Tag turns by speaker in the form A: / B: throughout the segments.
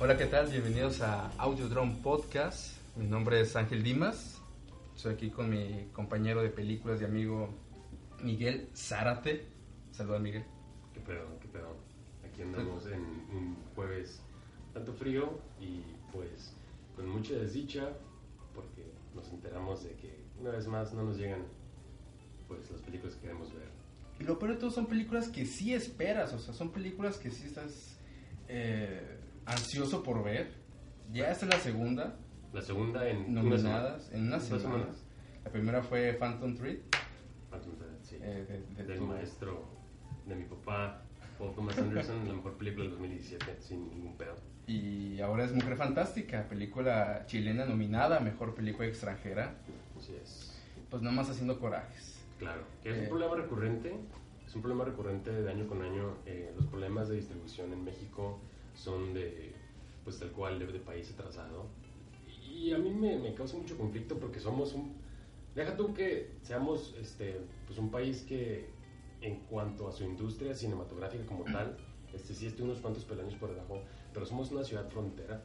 A: Hola, ¿qué tal? Bienvenidos a Audiodrome Podcast. Mi nombre es Ángel Dimas. Estoy aquí con mi compañero de películas y amigo Miguel Zárate. Saluda, Miguel.
B: Qué pedo. Aquí andamos en un jueves tanto frío y pues con mucha desdicha porque nos enteramos de que una vez más no nos llegan pues las películas que queremos ver.
A: Y lo peor de todo son películas que sí esperas, o sea, son películas que sí estás ansioso por ver. Ya esta es la segunda.
B: La segunda en
A: nominadas en una semana.
B: semanas.
A: La primera fue Phantom Thread.
B: Sí.
A: Del
B: maestro de mi papá, Paul Thomas Anderson, la mejor película del 2017, sin ningún pedo.
A: Y ahora es Mujer Fantástica, película chilena nominada a Mejor Película Extranjera.
B: Así es.
A: Pues nomás haciendo corajes.
B: Claro, que es un problema recurrente. Es un problema recurrente de año con año. Los problemas de distribución en México son pues tal cual de país atrasado. Y a mí me causa mucho conflicto porque somos deja tú que seamos pues un país que en cuanto a su industria cinematográfica como tal, sí esté unos cuantos peldaños por debajo, pero somos una ciudad frontera,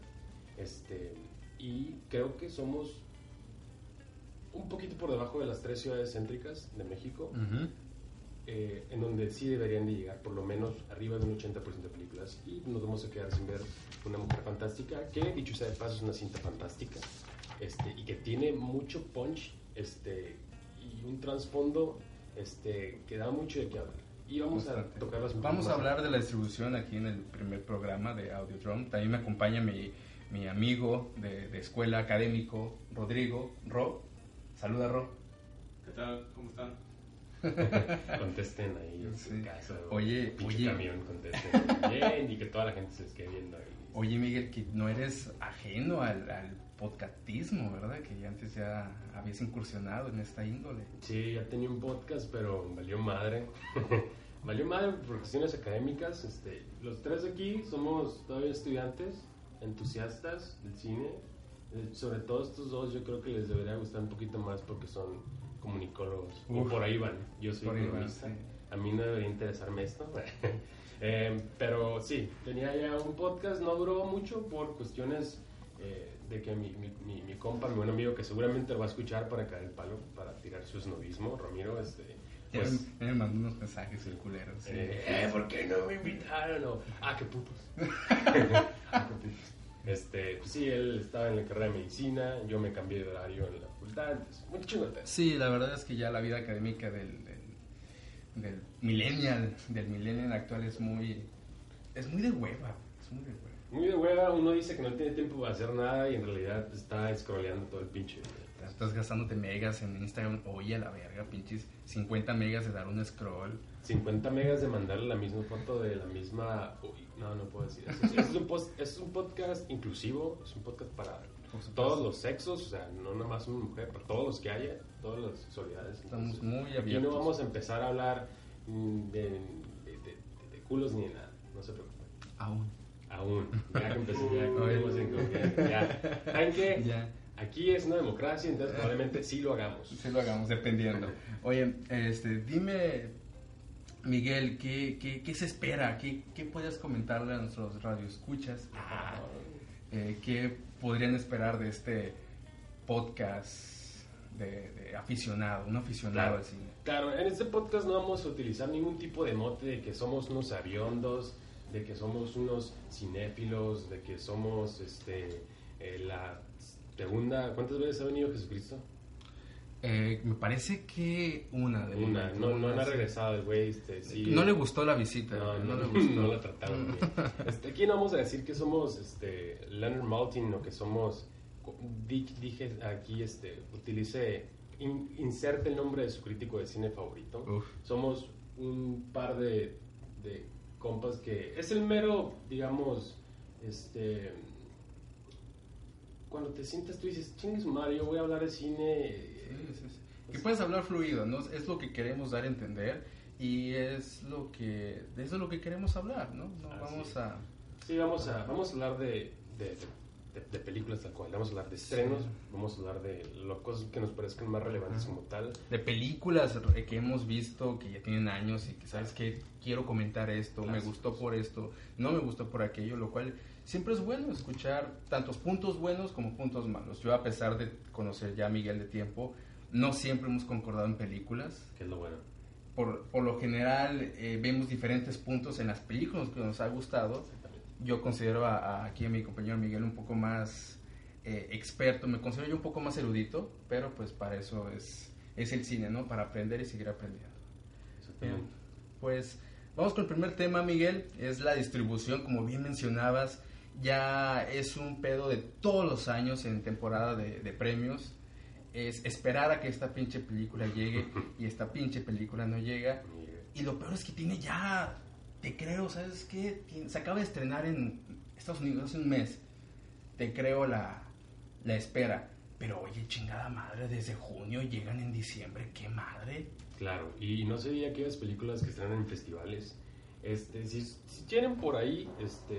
B: y creo que somos un poquito por debajo de las 3 ciudades céntricas de México, en donde sí deberían de llegar por lo menos arriba de un 80% de películas, y nos vamos a quedar sin ver Una Mujer Fantástica, que dicho sea de paso es una cinta fantástica, y que tiene mucho punch, y un trasfondo que da mucho de qué hablar. Y vamos
A: Bastante.
B: a tocar las
A: Vamos a hablar de la distribución aquí en el primer programa de Audiodrome. También me acompaña mi amigo de escuela académico, Rodrigo, Ro. Saluda, Ro.
C: ¿Qué tal? ¿Cómo están?
B: Contesten ahí en
A: Sí.
B: su casa.
A: Oye,
B: Camión, contesten bien y que toda la gente se les quede viendo ahí.
A: Oye, Miguel, que no eres ajeno al podcastismo, ¿verdad? Que antes ya habías incursionado en esta índole.
B: Sí, ya tenía un podcast, pero valió madre. Valió madre por cuestiones académicas. Los 3 de aquí somos todavía estudiantes, entusiastas del cine. Sobre todo estos 2 yo creo que les debería gustar un poquito más porque son comunicólogos. O por ahí van. Yo soy economista. Sí. A mí no debería interesarme esto. Pero sí, tenía ya un podcast, no duró mucho por cuestiones de que mi compa, mi buen amigo, que seguramente lo va a escuchar para caer el palo, para tirar su snobismo, Ramiro,
A: pues, me mandó unos mensajes el culero. Sí.
B: ¿Por qué no me invitaron? No. Qué putos. Pues sí, él estaba en la carrera de medicina, yo me cambié de horario en la facultad, entonces, muy chingota.
A: Sí, la verdad es que ya la vida académica del millennial actual es muy de hueva,
B: Muy de hueva, uno dice que no tiene tiempo para hacer nada y en realidad está scrolleando todo el pinche.
A: Estás gastándote megas en Instagram, oye a la verga, pinches 50 megas de dar un scroll.
B: 50 megas de mandarle la misma foto de la misma... no puedo decir eso. Es un podcast inclusivo, es un podcast para todos los sexos, o sea, no nada más una mujer, para todos los que haya, todas las sexualidades.
A: Estamos muy abiertos.
B: Aquí no vamos a empezar a hablar de culos ni de nada, no se preocupen. Aún. Ya que empecé, ya tenemos en confianza. Ya. ¿Saben qué?
A: Ya.
B: Aquí es una democracia, entonces probablemente sí lo hagamos.
A: Sí lo hagamos, dependiendo. Oye, dime, Miguel, ¿qué se espera? ¿Qué podrías comentarle a nuestros radioescuchas? ¿Qué podrían esperar de este podcast de aficionado, un aficionado al cine?
B: Claro, en este podcast no vamos a utilizar ningún tipo de mote de que somos unos aviondos, de que somos unos cinéfilos, de que somos la segunda... ¿Cuántas veces ha venido Jesucristo?
A: Me parece que una.
B: No ha regresado el güey. Sí,
A: no le gustó la visita.
B: No le gustó. No la trataron bien. Aquí no vamos a decir que somos Leonard Maltin o que somos... Dije aquí, inserte el nombre de su crítico de cine favorito. Somos un par de compas que... Es el mero, digamos, cuando te sientas tú dices, chingue su madre, yo voy a hablar de cine.
A: Sí. Que puedes hablar fluido, ¿no? Es lo que queremos dar a entender y es lo que queremos hablar, ¿no? Vamos a
B: hablar de de películas tal cual. Vamos a hablar de estrenos, vamos a hablar de las cosas que nos parezcan más relevantes como tal.
A: De películas que hemos visto, que ya tienen años y que sabes que quiero comentar esto, me gustó por esto, no me gustó por aquello, lo cual siempre es bueno escuchar tantos puntos buenos como puntos malos. Yo, a pesar de conocer ya a Miguel de tiempo, no siempre hemos concordado en películas.
B: Que es lo bueno.
A: Por lo general vemos diferentes puntos en las películas que nos ha gustado. Yo considero aquí a mi compañero Miguel un poco más experto, me considero yo un poco más erudito, pero pues para eso es el cine, ¿no? Para aprender y seguir aprendiendo.
B: Exactamente.
A: Pues vamos con el primer tema, Miguel, es la distribución. Como bien mencionabas, ya es un pedo de todos los años en temporada de premios. Es esperar a que esta pinche película llegue y esta pinche película no llega. Y lo peor es que tiene ya, te creo, ¿sabes qué? Se acaba de estrenar en Estados Unidos hace un mes. Te creo la espera. Pero oye, chingada madre, desde junio llegan en diciembre, ¿qué madre?
B: Claro, y no sería aquellas películas que estrenan en festivales. Si tienen por ahí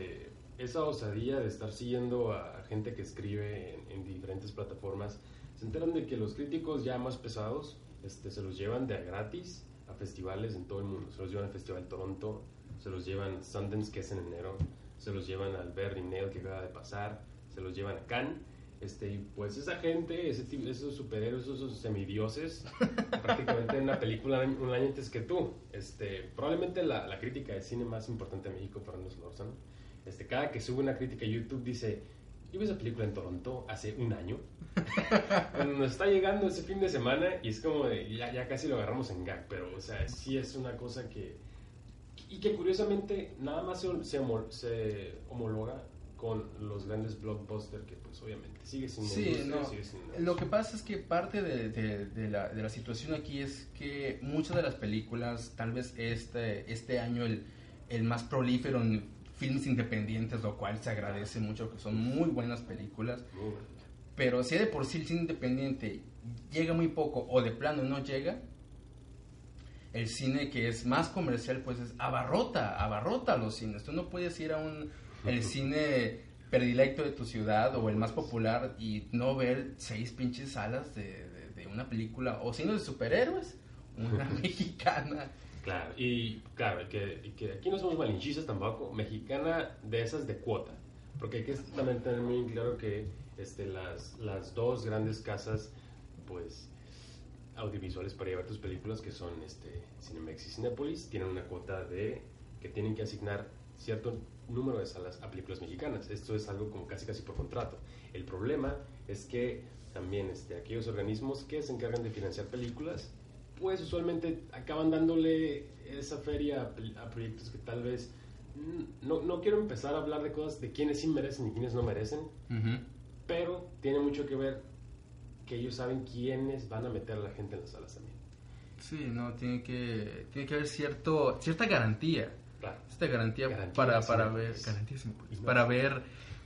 B: esa osadía de estar siguiendo a gente que escribe en diferentes plataformas, se enteran de que los críticos ya más pesados se los llevan de a gratis a festivales en todo el mundo. Se los llevan al Festival de Toronto, se los llevan a Sundance, que es en enero, se los llevan al Berlinale, que acaba de pasar, se los llevan a Cannes. Y pues esa gente, esos superhéroes, esos semidioses, prácticamente en una película un año antes que tú. Probablemente la crítica de cine más importante de México, Fernando Solórzano, cada que sube una crítica a YouTube dice: yo vi esa película en Toronto hace un año. Cuando nos está llegando ese fin de semana y es como de, ya casi lo agarramos en gag, pero o sea, sí es una cosa que curiosamente nada más se homologa con los grandes blockbusters, que pues obviamente sigue sin
A: Lo que pasa es que parte de la situación aquí es que muchas de las películas, tal vez este año el más prolífero en filmes independientes, lo cual se agradece mucho, que son muy buenas películas, pero si de por sí el cine independiente llega muy poco o de plano no llega, el cine que es más comercial pues abarrota los cines. Tú no puedes ir a el cine predilecto de tu ciudad o el más popular y no ver 6 pinches salas de una película, o cine de superhéroes, una mexicana.
B: Claro, y que aquí no somos malinchistas tampoco, mexicana de esas de cuota, porque hay que también tener muy claro que las dos grandes casas pues audiovisuales para llevar tus películas, que son Cinemex y Cinépolis, tienen una cuota que tienen que asignar cierto número de salas a películas mexicanas. Esto es algo como casi por contrato. El problema es que también aquellos organismos que se encargan de financiar películas pues usualmente acaban dándole esa feria a proyectos que tal vez no quiero empezar a hablar de cosas de quiénes sí merecen y quiénes no merecen, pero tiene mucho que ver que ellos saben quiénes van a meter a la gente en las salas también.
A: Sí, no, tiene que haber cierta garantía.
B: Claro.
A: Esta garantía para ver para ver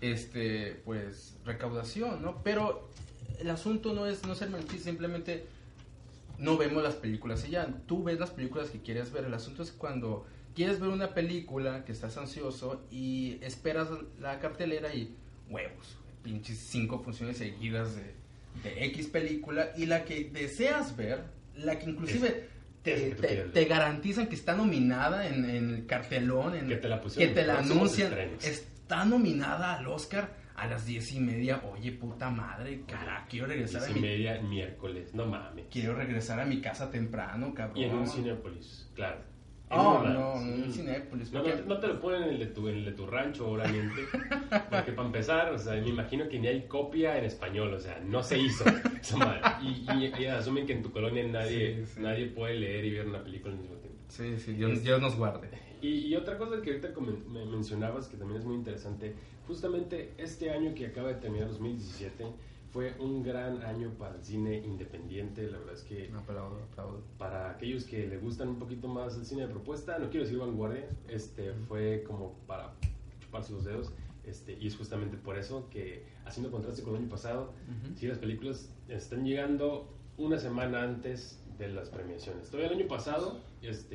A: pues recaudación, ¿no? Pero el asunto no es no ser malinchistas, simplemente no vemos las películas y ya. Tú ves las películas que quieres ver. El asunto es cuando quieres ver una película que estás ansioso y esperas la cartelera y huevos, pinches 5 funciones seguidas de X película, y la que deseas ver, la que inclusive te garantizan que está nominada en el cartelón,
B: que te la
A: anuncian, está nominada al Oscar a las 10:30. Oye, puta madre, carajo, quiero regresar
B: 10:30 miércoles, no mames.
A: Quiero regresar a mi casa temprano, cabrón.
B: Y en un Cinépolis, claro.
A: No, en Cinépolis.
B: No te lo ponen en el de tu rancho, obviamente. Porque para empezar, o sea, me imagino que ni hay copia en español, o sea, no se hizo esa madre. Y asumen que en tu colonia nadie puede leer y ver una película al mismo tiempo.
A: Sí, Dios nos guarde.
B: Y otra cosa que ahorita me mencionabas, que también es muy interesante, justamente este año que acaba de terminar, 2017, fue un gran año para el cine independiente. La verdad es que
A: aplaudo.
B: Para aquellos que le gustan un poquito más el cine de propuesta, no quiero decir vanguardia, fue como para chuparse los dedos, y es justamente por eso que, haciendo contraste con el año pasado, sí, las películas están llegando una semana antes de las premiaciones. Todavía el año pasado,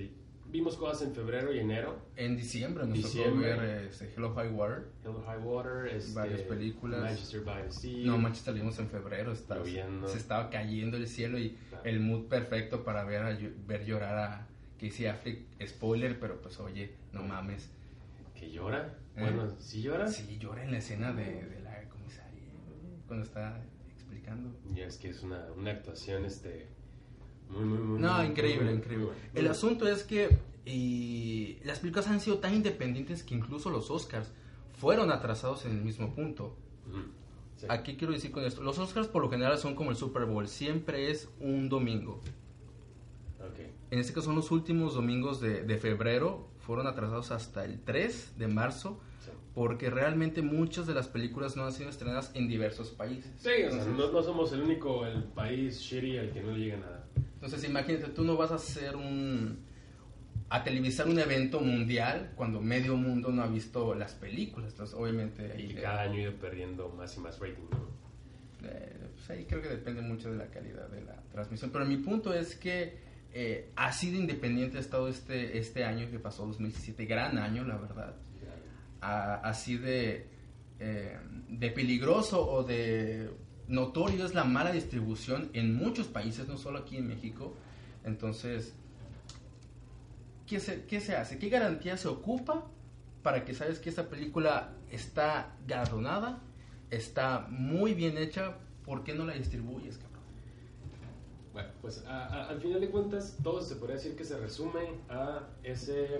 B: vimos cosas en febrero y enero.
A: En diciembre nos tocó ver Hello High Water.
B: Hello High Water,
A: varias películas.
B: Manchester by the Sea.
A: No, Manchester lo vimos en febrero. Se estaba cayendo el cielo y el mood perfecto para ver llorar a Casey Affleck. Spoiler, pero pues oye, no mames.
B: ¿Que llora? Bueno, ¿sí llora?
A: Sí, llora en la escena de la comisaria cuando está explicando.
B: Ya es que es una actuación muy
A: no, increíble,
B: muy,
A: increíble.
B: Muy
A: el asunto es que las películas han sido tan independientes que incluso los Oscars fueron atrasados en el mismo punto. Sí. ¿A qué quiero decir con esto? Los Oscars por lo general son como el Super Bowl, siempre es un domingo.
B: Okay.
A: En este caso son los últimos domingos de febrero, fueron atrasados hasta el 3 de marzo. Sí. Porque realmente muchas de las películas no han sido estrenadas en diversos países.
B: Sí, o sea, no somos el país shitty al que no le llega nada.
A: Entonces imagínate, tú no vas a hacer a televisar un evento mundial cuando medio mundo no ha visto las películas. Entonces obviamente ahí...
B: Y cada año ido perdiendo más y más rating, ¿no?
A: Pues ahí creo que depende mucho de la calidad de la transmisión. Pero mi punto es que así de independiente ha estado este año que pasó, 2017, gran año la verdad. Así de peligroso o de notorio es la mala distribución en muchos países, no solo aquí en México. Entonces, ¿qué se hace? ¿Qué garantía se ocupa para que sabes que esta película está galardonada, está muy bien hecha? ¿Por qué no la distribuyes, cabrón?
B: Bueno, pues al final de cuentas todo se podría decir que se resume a ese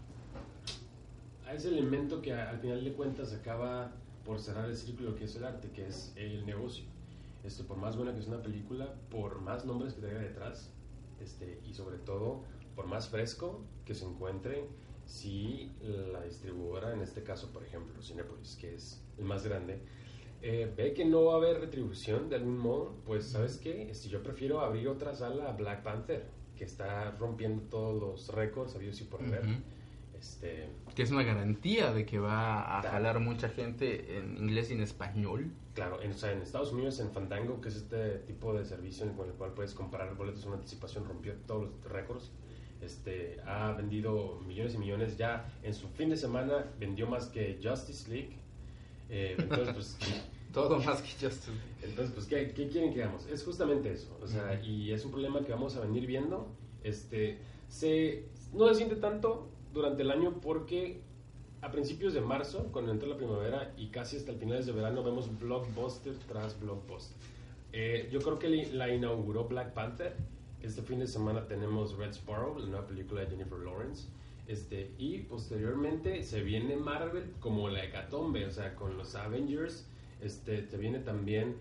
B: elemento que al final de cuentas acaba por cerrar el círculo que es el arte, que es el negocio. Por más buena que es una película, por más nombres que traiga detrás, y sobre todo por más fresco que se encuentre, si la distribuidora, en este caso por ejemplo Cinépolis, que es el más grande, ve que no va a haber retribución de algún modo, pues ¿sabes qué? Yo prefiero abrir otra sala a Black Panther, que está rompiendo todos los récords habidos y por haber.
A: Que es una garantía de que va a jalar mucha gente en inglés y en español.
B: Claro, en Estados Unidos, en Fandango, que es este tipo de servicio con el cual puedes comprar boletos en anticipación, rompió todos los récords. Ha vendido millones y millones. Ya en su fin de semana vendió más que Justice League. Entonces, pues...
A: Todo más que Justice League.
B: Entonces, pues, ¿qué quieren que hagamos? Es justamente eso. O sea, y es un problema que vamos a venir viendo. No se siente tanto durante el año porque a principios de marzo, cuando entra la primavera y casi hasta el finales de verano, vemos blockbuster tras blockbuster. Yo creo que la inauguró Black Panther. Este fin de semana tenemos Red Sparrow, la nueva película de Jennifer Lawrence. Y posteriormente se viene Marvel como la hecatombe, o sea, con los Avengers. Te viene también,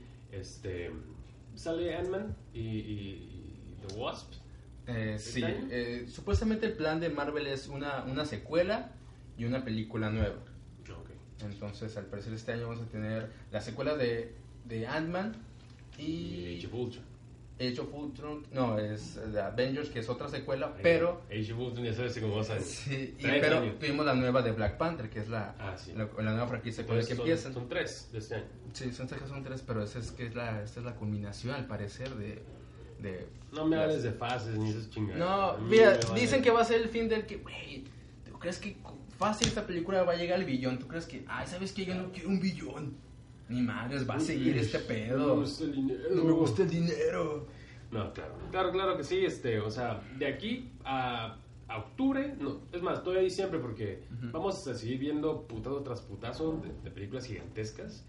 B: sale Ant-Man y The Wasp.
A: Sí, supuestamente el plan de Marvel es una secuela y una película nueva.
B: Okay.
A: Entonces, al parecer este año vamos a tener la secuela de Ant-Man y Age of Ultron, no, es The Avengers, que es otra secuela, pero...
B: Age of Ultron ya sabes cómo va a salir.
A: Sí, pero tuvimos la nueva de Black Panther, que es la nueva franquicia con la que empiezan.
B: Son 3 de este año.
A: Sí, son 3, pero esta es la culminación, al parecer, de
B: no me hables de fases ni esas chingadas.
A: No, mira, dicen que va a ser el fin del que... Güey, ¿tú crees que fácil esta película va a llegar al billón? ¿Tú crees que... Ay, ¿sabes qué? Yo no quiero un billón. Ni madres, va a seguir este pedo.
B: No me gusta el dinero.
A: No me gusta el dinero.
B: No, claro que sí. O sea, de aquí a octubre, no, es más, todavía diciembre, porque vamos a seguir viendo putazo tras putazo de películas gigantescas.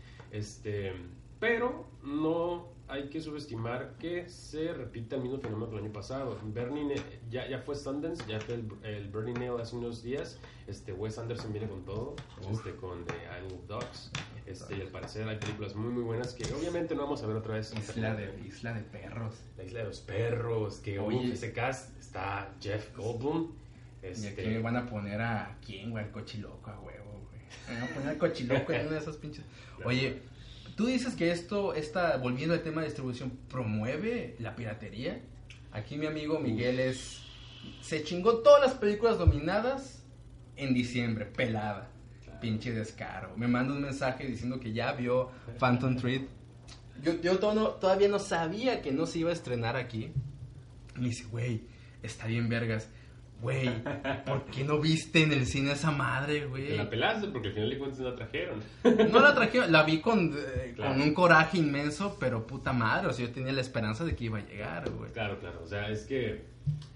B: Pero no hay que subestimar que se repita el mismo fenómeno que el año pasado. Ya fue Sundance, ya fue el Burning Nail hace unos días. Wes Anderson viene con todo, con The Isle of Dogs. Y al parecer hay películas muy muy buenas que obviamente no vamos a ver otra vez.
A: Isla de perros.
B: La Isla de los Perros, que hoy ese cast está Jeff Goldblum.
A: ¿Y aquí me van a poner a quién, güey? Al Cochiloco, a huevo, güey. Me van a poner al Cochiloco en una de esas pinches... Oye, ¿tú dices que volviendo al tema de distribución, promueve la piratería? Aquí mi amigo Miguel se chingó todas las películas dominadas en diciembre, pelada. Pinche descaro. Me manda un mensaje diciendo que ya vio Phantom Thread. Yo todavía no sabía que no se iba a estrenar aquí. Me dice, güey, está bien vergas. güey, ¿por qué no viste en el cine esa madre, güey?
B: Te la pelaste porque al final de cuentas no la trajeron.
A: No la trajeron, la vi con
B: Claro.
A: un coraje inmenso, pero puta madre, o sea, yo tenía la esperanza de que iba a llegar, güey.
B: Claro, o sea, es que...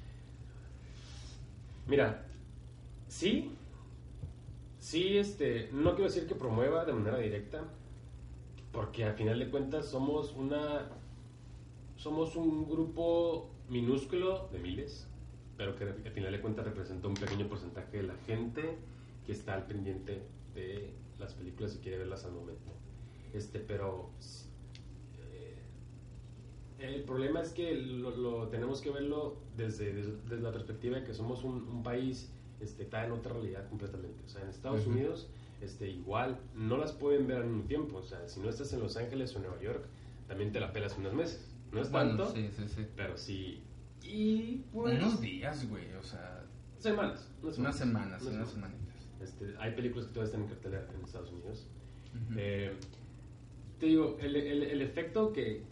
B: Mira, sí, no quiero decir que promueva de manera directa, porque al final de cuentas somos un grupo minúsculo de miles, pero que al final de cuentas representa un pequeño porcentaje de la gente que está al pendiente de las películas y quiere verlas al momento. Pero el problema es que lo tenemos que verlo desde la perspectiva de que somos un país está en otra realidad completamente. O sea, en Estados Unidos igual no las pueden ver al mismo tiempo. O sea, si no estás en Los Ángeles o Nueva York, también te la pelas unos meses. No es tanto,
A: Sí.
B: pero sí. Y pues,
A: unos días, güey, o sea...
B: semanas.
A: Unas semanitas.
B: Hay películas que todavía están en cartelera en Estados Unidos. Te digo, el efecto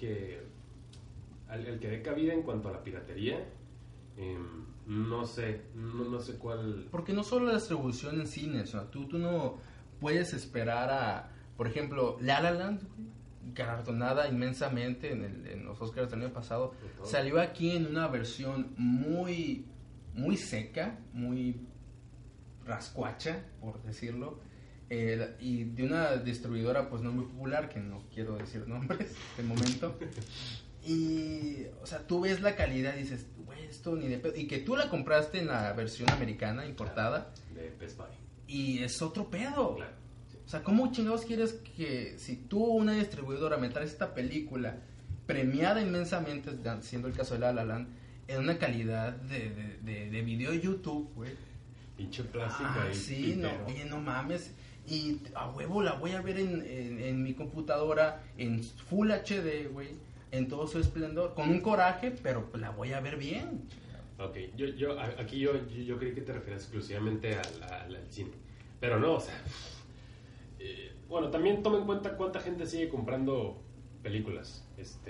B: el que dé cabida en cuanto a la piratería, no sé cuál...
A: Porque no solo la distribución en cines, o sea, tú no puedes esperar a... Por ejemplo, La La Land, güey, galardonada inmensamente en los Oscars del año pasado, salió aquí en una versión muy seca, muy rascuacha, por decirlo, y de una distribuidora pues no muy popular, que no quiero decir nombres de momento. Y, o sea, tú ves la calidad y dices, güey, esto ni de pedo. Y que tú la compraste en la versión americana, importada.
B: De Best Buy.
A: Y es otro pedo.
B: Claro, sí.
A: O sea, ¿cómo chingados quieres que si tú, una distribuidora, me traes esta película premiada inmensamente, siendo el caso de La La Land, en una calidad de video de YouTube, güey?
B: Pinche plástica.
A: Sí, no, oye, no mames. Y a huevo la voy a ver en mi computadora en Full HD, güey, en todo su esplendor, con un coraje, pero la voy a ver bien.
B: Ok, yo creí que te refieres exclusivamente al cine, pero no, o sea, bueno, también toma en cuenta cuánta gente sigue comprando películas,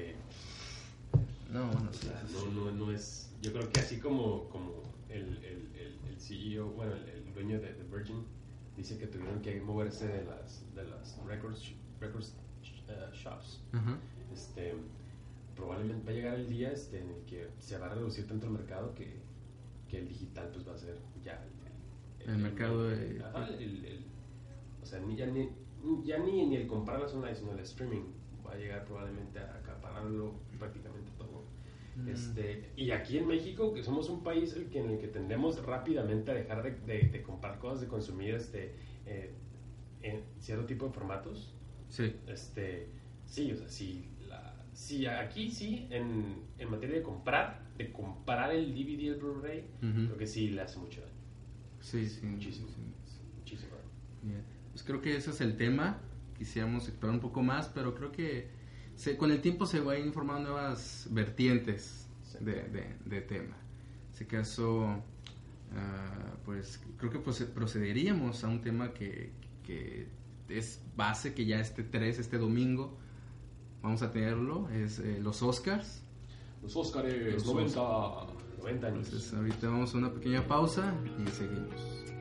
A: No, bueno, sí,
B: no es, yo creo que así como el CEO, bueno, el dueño de Virgin dice que tuvieron que moverse de las records shops.
A: Ajá.
B: Probablemente va a llegar el día en el que se va a reducir tanto el mercado que el digital pues va a ser ya
A: el mercado de...
B: o sea, ni el comprarlas online, sino el streaming va a llegar probablemente a acapararlo prácticamente todo. Y aquí en México, que somos un país en el que tendemos rápidamente a dejar de comprar cosas, de consumir en cierto tipo de formatos.
A: Sí.
B: Sí, o sea, sí, aquí sí, en materia de comparar el DVD y el Blu-ray, creo que sí le hace mucho daño.
A: Sí.
B: Muchísimo. Muchísimo.
A: Bien. Pues creo que ese es el tema. Quisiéramos explorar un poco más, pero creo que con el tiempo se va a ir informando nuevas vertientes de tema. En ese caso, pues creo que procederíamos a un tema que es base, que ya este domingo vamos a tenerlo, es los Oscars.
B: Los Oscars, 90 años.
A: Entonces ahorita vamos a una pequeña pausa y seguimos.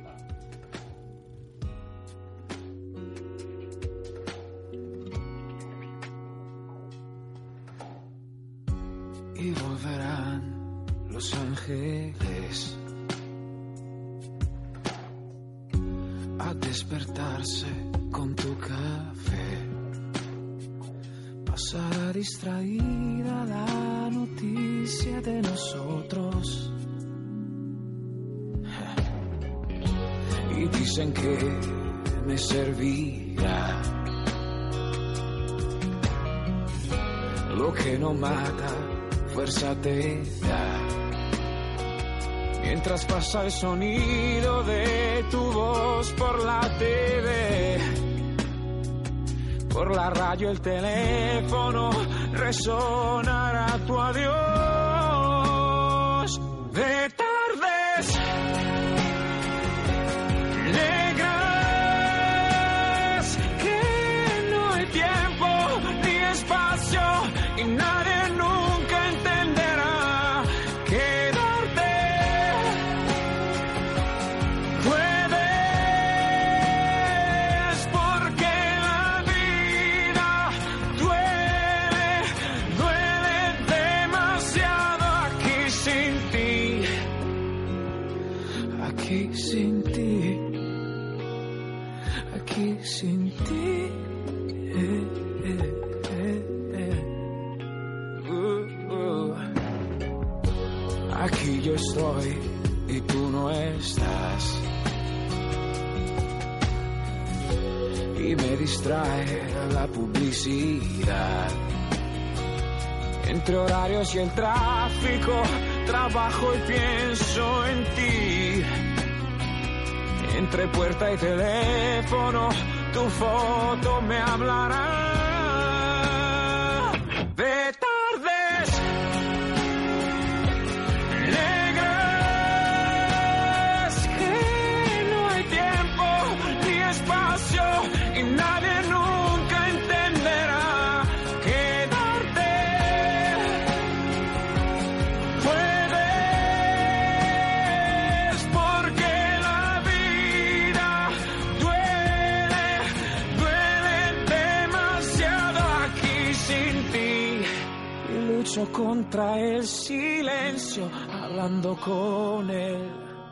D: Y volverán los ángeles a despertarse con tu café. Pasará distraída la noticia de nosotros. Y dicen que me servirá lo que no mata, fuerza te da. Mientras pasa el sonido de tu voz por la TV, por la radio, el teléfono, resonará tu adiós. De tardes negras, que no hay tiempo ni espacio y nadie nunca entenderá. Quedarte aquí sin ti. Aquí yo estoy y tú no estás. Y me distrae la publicidad. Entre horarios y el tráfico, trabajo y pienso en ti. Entre puerta y teléfono, tu foto me hablará. De tardes negras, que no hay tiempo ni espacio y nadie nunca entenderá. Quedarte puedes porque la vida duele demasiado aquí sin ti. Y lucho contra el silencio hablando con él.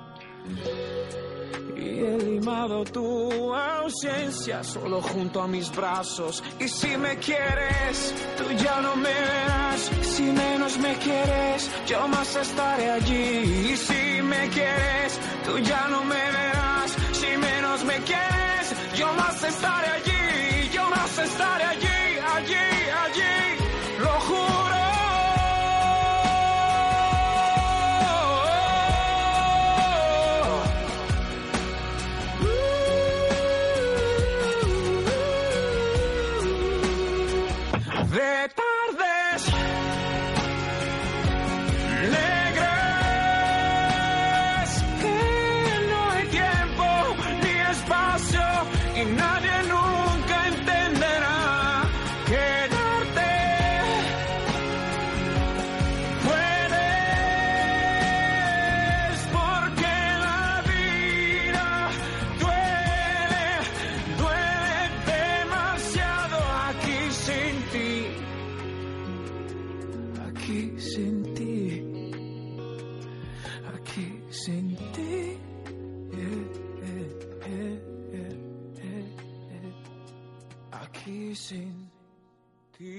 D: Y he limado tu ausencia solo junto a mis brazos. Y si me quieres, tú ya no me verás. Si menos me quieres, yo más estaré allí. Y si me quieres, tú ya no me verás. Si menos me quieres, yo más estaré allí. Yo más estaré allí, allí, allí. Lo juro. De tardes negras, que no hay tiempo ni espacio y nadie nunca entenderá. Quedarte puedes porque la vida duele demasiado aquí sin ti. Aquí sin ti, aquí sin ti, aquí sin ti.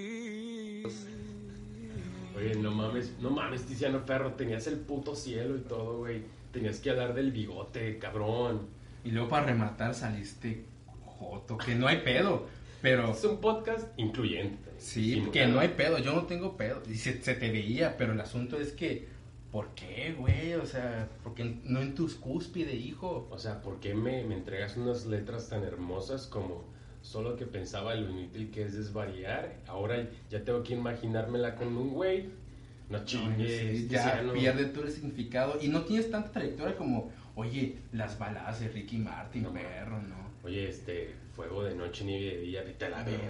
B: Oye, no mames, Tiziano Ferro, tenías el puto cielo y todo, güey. Tenías que hablar del bigote, cabrón.
A: Y luego para rematar saliste joto, que no hay pedo, pero...
B: Es un podcast incluyente.
A: Sí, que no hay pedo, yo no tengo pedo. Y se te veía, pero el asunto es que... ¿Por qué, güey? O sea, ¿por qué no en tus cúspide, hijo?
B: O sea, ¿por qué me entregas unas letras tan hermosas como solo que pensaba lo inútil que es desvariar? Ahora ya tengo que imaginármela con un güey. No chingues.
A: Sí, ya
B: Tiziano.
A: pierde todo el significado. Y no tienes tanta trayectoria como, oye, las baladas de Ricky Martin,
B: No,
A: perro, ¿no?
B: Oye, fuego de noche, nieve de día, vete a la verga.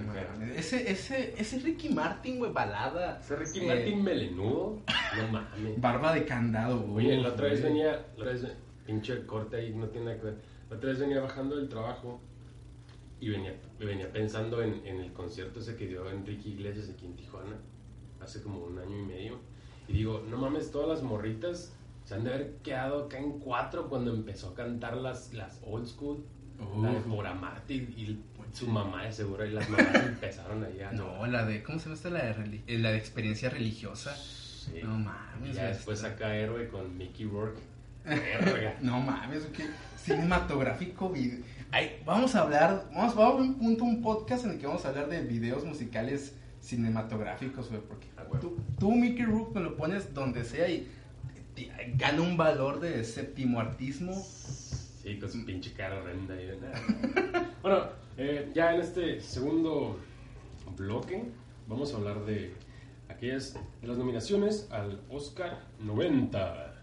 A: Ese Ricky Martin, güey, balada.
B: Ese Ricky Martin melenudo, no mames.
A: Barba de candado, güey.
B: Oye, la otra vez pinche corte ahí, no tiene nada que ver. La otra vez venía bajando del trabajo y venía pensando en el concierto ese que dio Enrique Iglesias aquí en Tijuana, hace como 1 año y medio. Y digo, no mames, todas las morritas se han de haber quedado acá en 4 cuando empezó a cantar las old school. La de Por Amarte y su mamá de seguro y las mamás empezaron allá.
A: No, la de, ¿cómo se llama esta? La de experiencia religiosa.
B: Sí.
A: No mames.
B: Y ya después saca Héroe con Mickey Rourke.
A: No mames, que cinematográfico video. Ay, vamos a un podcast en el que vamos a hablar de videos musicales cinematográficos, güey, porque tú Mickey Rourke me lo pones donde sea y gana un valor de séptimo artismo.
B: Sí, con su pinche cara horrenda. Bueno, ya en este segundo bloque vamos a hablar de aquellas de las nominaciones al Oscar 90.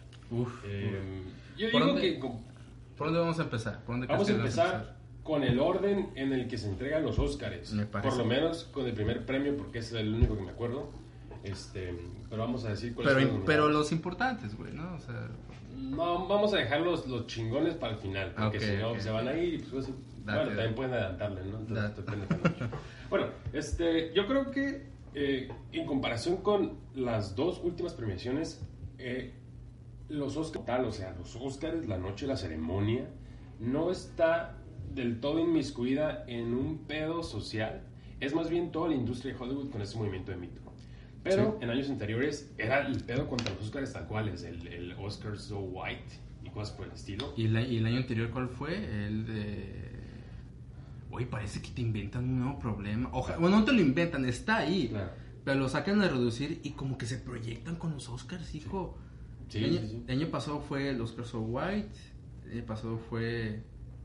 B: Yo digo que...
A: ¿Por dónde vamos a empezar?
B: Vamos a empezar con el orden en el que se entregan los Oscars. Por lo menos con el primer premio, porque es el único que me acuerdo. Pero vamos a decir cuáles son.
A: Pero los importantes, güey, ¿no? O sea...
B: No, vamos a dejar los chingones para el final, porque si no se van a ir y pues, bueno, también pueden adelantarle, ¿no? Entonces, bueno, yo creo que en comparación con las 2 últimas premiaciones, los Oscars, o sea, los Oscars, la noche de la ceremonia, no está del todo inmiscuida en un pedo social. Es más bien toda la industria de Hollywood con ese movimiento de Me Too. Pero en años anteriores era el pedo contra los Oscars tal cual, es el Oscar So White y cosas por el estilo.
A: ¿Y el año anterior cuál fue? El de... Oye, parece que te inventan un nuevo problema. Bueno, no te lo inventan, está ahí.
B: Claro.
A: Pero lo sacan a reducir y como que se proyectan con los Oscars, hijo.
B: Sí,
A: El año pasado fue el Oscar So White. El año pasado fue...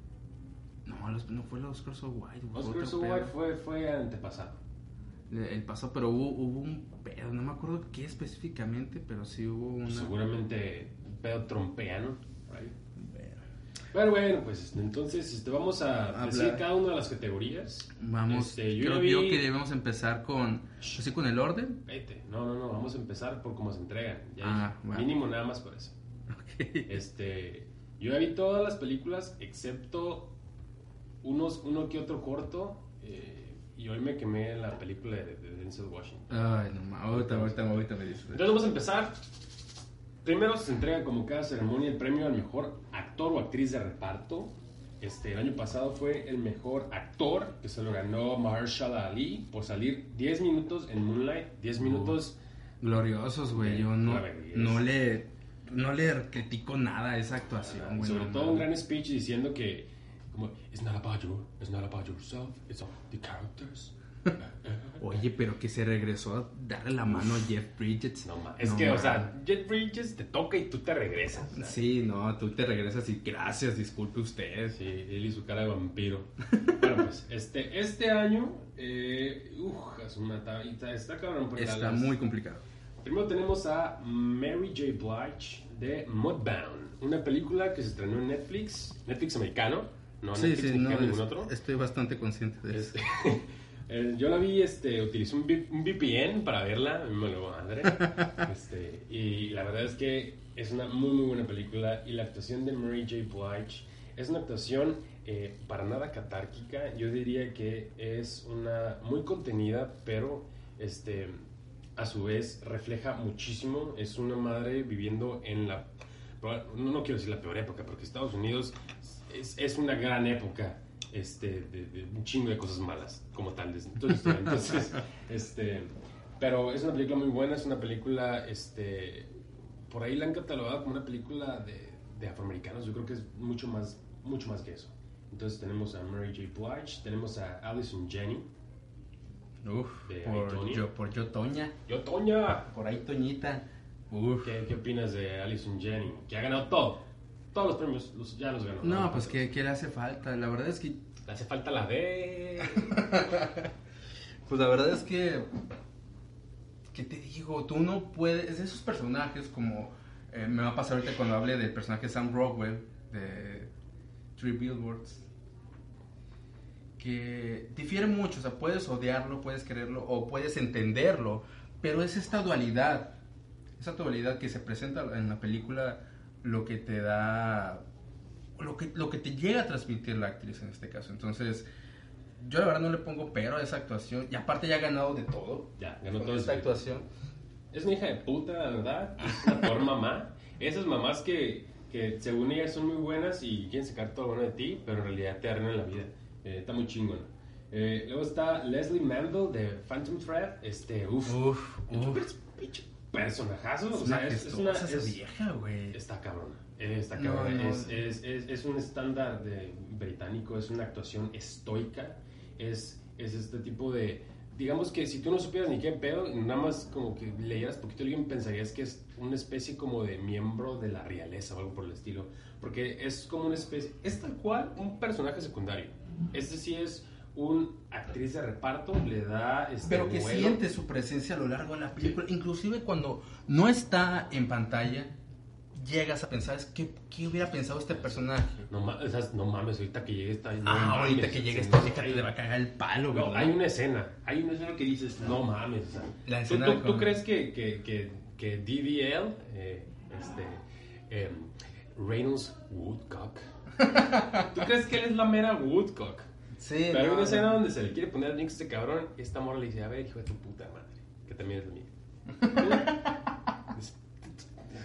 A: No fue el Oscar So White.
B: Oscar So White fue antepasado.
A: El pasado, pero hubo un pedo, no me acuerdo qué específicamente, pero sí hubo una...
B: Seguramente un pedo trompeano.
A: Bueno.
B: Pero bueno, pues entonces vamos a decir cada una de las categorías.
A: Vamos, creo que debemos empezar con el orden.
B: Vete, no, vamos a empezar por cómo se entregan.
A: Bueno.
B: Mínimo nada más por eso.
A: Okay.
B: Yo ya vi todas las películas excepto uno que otro corto. Y hoy me quemé en la película de Denzel Washington.
A: Ay, no, ahorita me dices.
B: Entonces vamos a empezar. Primero se entrega como cada ceremonia el premio al mejor actor o actriz de reparto. El año pasado fue el mejor actor, que se lo ganó Mahershala Ali por salir 10 minutos en Moonlight. 10 minutos.
A: Gloriosos, güey. Yo no le critico nada a esa actuación, güey.
B: Sobre todo un gran speech diciendo que como, it's not about yourself, it's about the characters.
A: Oye, pero que se regresó a darle la mano a Jeff Bridges.
B: O sea, Jeff Bridges te toca y tú te regresas. ¿Sabes?
A: Sí, no, tú te regresas y gracias, disculpe usted.
B: Sí, él y su cara de vampiro. Bueno, pues, este año, es una está cabrón.
A: Está muy complicado.
B: Primero tenemos a Mary J. Blige de Mudbound, una película que se estrenó en Netflix americano, no Netflix ningún otro.
A: Estoy bastante consciente de eso.
B: Yo la vi, utilicé un VPN para verla, me lo madre. Y la verdad es que es una muy muy buena película y la actuación de Mary J. Blige es una actuación para nada catárquica. Yo diría que es una muy contenida, pero a su vez refleja muchísimo. Es una madre viviendo en la, no quiero decir la peor época, porque Estados Unidos es una gran época. De un chingo de cosas malas como tal. Entonces, pero es una película muy buena, es una película, por ahí la han catalogado como una película de afroamericanos. Yo creo que es mucho más que eso. Entonces tenemos a Mary J. Blige, tenemos a Allison Janney.
A: Por yo Toña.
B: Yo Toña.
A: Por ahí Toñita.
B: ¿Qué opinas de Allison Janney? Que ha ganado todos los premios, ya los ganó.
A: No, pues ¿qué le hace falta? La verdad es que...
B: Le hace falta la D.
A: Pues la verdad es que... ¿Qué te digo? Tú no puedes... Es de esos personajes como... me va a pasar ahorita cuando hable del personaje Sam Rockwell de Three Billboards. Que difiere mucho. O sea, puedes odiarlo, puedes quererlo o puedes entenderlo. Pero es esta dualidad. Esa dualidad que se presenta en la película... lo que te da, lo que te llega a transmitir la actriz en este caso. Entonces, yo la verdad no le pongo pero a esa actuación. Y aparte ya ha ganado de todo.
B: Ya, ganó todo
A: esta actuación.
B: Es una hija de puta, la verdad. Es una peor mamá. Esas mamás que según ellas son muy buenas y quieren sacar todo lo bueno de ti, pero en realidad te arruinan la vida. Está muy chingón. Luego está Leslie Manville de Phantom Thread. Personajazo, o sea, es una
A: vieja, güey.
B: Está cabrona. Es un estándar británico, es una actuación estoica, es este tipo de, digamos que si tú no supieras ni qué pedo, nada más como que leyeras poquito alguien pensarías que es una especie como de miembro de la realeza o algo por el estilo, porque es como una especie, es tal cual un personaje secundario. Este sí es un actriz de reparto, le da
A: pero que vuelo. Siente su presencia a lo largo de la película, sí. Inclusive cuando no está en pantalla llegas a pensar, ¿qué hubiera pensado este personaje?
B: No mames, ahorita que llegue esta...
A: ahorita que llegue esta vieja te va a cagar el palo,
B: no, hay una escena que dices, no mames, o sea,
A: la escena
B: ¿tú crees que DDL, Reynolds Woodcock, ¿tú crees que él es la mera Woodcock?
A: Sí,
B: pero hay una escena donde se le quiere poner el link a este cabrón y esta morra le dice, a ver, hijo de tu puta madre, que también es la mía.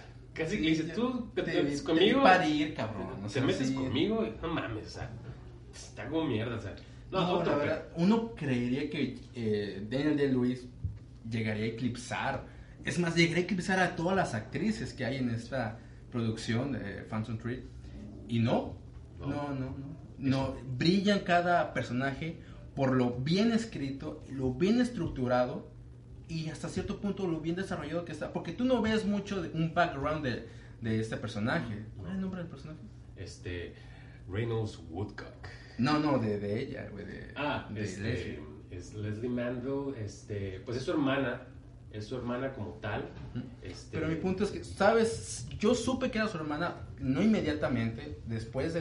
B: Casi le dice, tú te metes conmigo.
A: Parir, cabrón.
B: Te metes conmigo y no mames, o sea. está como mierda, o sea.
A: No, la verdad, uno creería que Daniel Day-Lewis llegaría a eclipsar. Es más, llegaría a eclipsar a todas las actrices que hay en esta producción de Phantom Thread. Y no, brillan cada personaje por lo bien escrito, lo bien estructurado y hasta cierto punto lo bien desarrollado que está. Porque tú no ves mucho de un background de este personaje. ¿Cuál es el nombre del personaje?
B: Reynolds Woodcock.
A: No, de ella, güey. De
B: Leslie. Es Leslie Manville, pues es su hermana como tal.
A: Pero mi punto es que, ¿sabes? Yo supe que era su hermana, no inmediatamente, después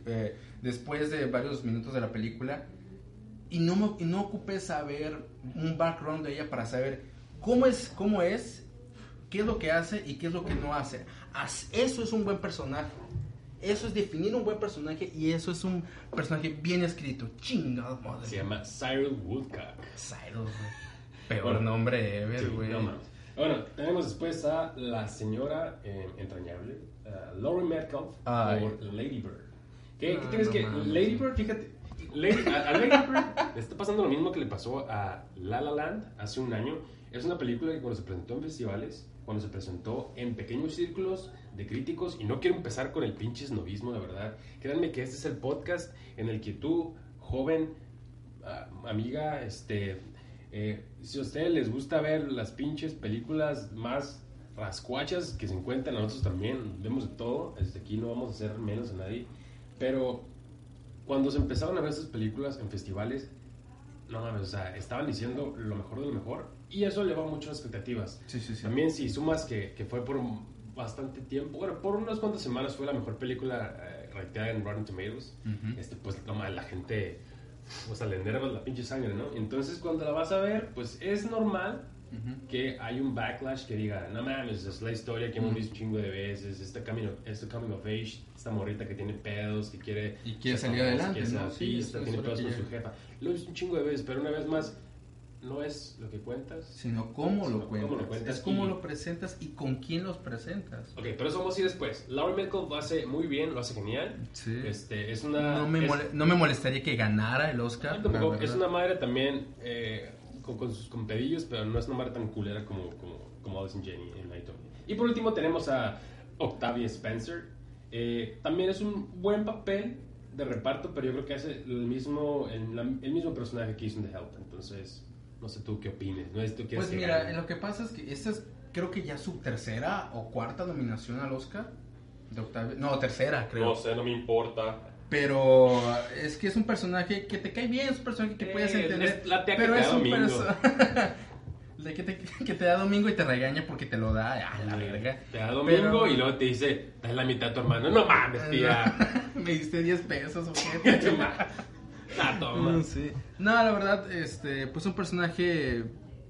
A: de varios minutos de la película, y no ocupé saber un background de ella para saber cómo es, qué es lo que hace y qué es lo que no hace. Eso es un buen personaje. Eso es definir un buen personaje y eso es un personaje bien escrito. Chingado, madre.
B: Se llama Cyril Woodcock.
A: Cyril, güey. Peor nombre ever, güey.
B: Sí, no mames. Bueno, tenemos después a la señora entrañable, Laurie Metcalf, por Lady Bird. ¿Qué tienes que...? Lady Bird, fíjate, a Lady Bird le está pasando lo mismo que le pasó a La La Land hace un año. Es una película que cuando se presentó en festivales, cuando se presentó en pequeños círculos de críticos, y no quiero empezar con el pinche snobismo, la verdad. Créanme que este es el podcast en el que tú, joven, amiga, si a ustedes les gusta ver las pinches películas más rascuachas que se encuentran, nosotros también vemos de todo. Desde aquí no vamos a hacer menos a nadie. Pero cuando se empezaron a ver esas películas en festivales, no mames, o sea, estaban diciendo lo mejor de lo mejor. Y eso eleva muchas expectativas.
A: Sí.
B: También si sumas que fue por bastante tiempo, bueno, por unas cuantas semanas fue la mejor película rateada en Rotten Tomatoes. Pues toma, la gente, o sea, le enerva la pinche sangre, ¿no? Entonces cuando la vas a ver, pues es normal que hay un backlash que diga, no mames, es la historia que hemos visto un chingo de veces, este coming of age, esta morrita que tiene pedos, que quiere
A: salir adelante,
B: que es
A: ¿no?
B: artista, tiene pedos con su jefa. Lo he visto un chingo de veces, pero una vez más, no es lo que cuentas,
A: sino cómo lo cuentas. Es cómo lo presentas y con quién los presentas.
B: Ok, pero eso vamos a ir después. Laurie Metcalf lo hace muy bien, lo hace genial.
A: Sí.
B: Es una...
A: No me molestaría que ganara el Oscar.
B: Tampoco, es una madre también con pedillos, pero no es una madre tan culera como Allison Janney en Night of. Y por último tenemos a Octavia Spencer. También es un buen papel de reparto, pero yo creo que hace el mismo personaje que hizo en The Help. Entonces, no sé tú qué opines. ¿No?
A: Pues mira, lo que pasa es que esta es, creo que ya su tercera o cuarta nominación al Oscar de Octavia. No, tercera, creo.
B: No sé, no me importa.
A: Pero es que es un personaje que te cae bien, es un personaje que puedes entender. Pero es un personaje que te da domingo y te regaña porque te lo da a la verga.
B: Te da domingo y luego te dice, dale la mitad a tu hermano. No mames, tía.
A: Me diste 10 pesos o qué.
B: Toma.
A: Sí. No, la verdad, pues un personaje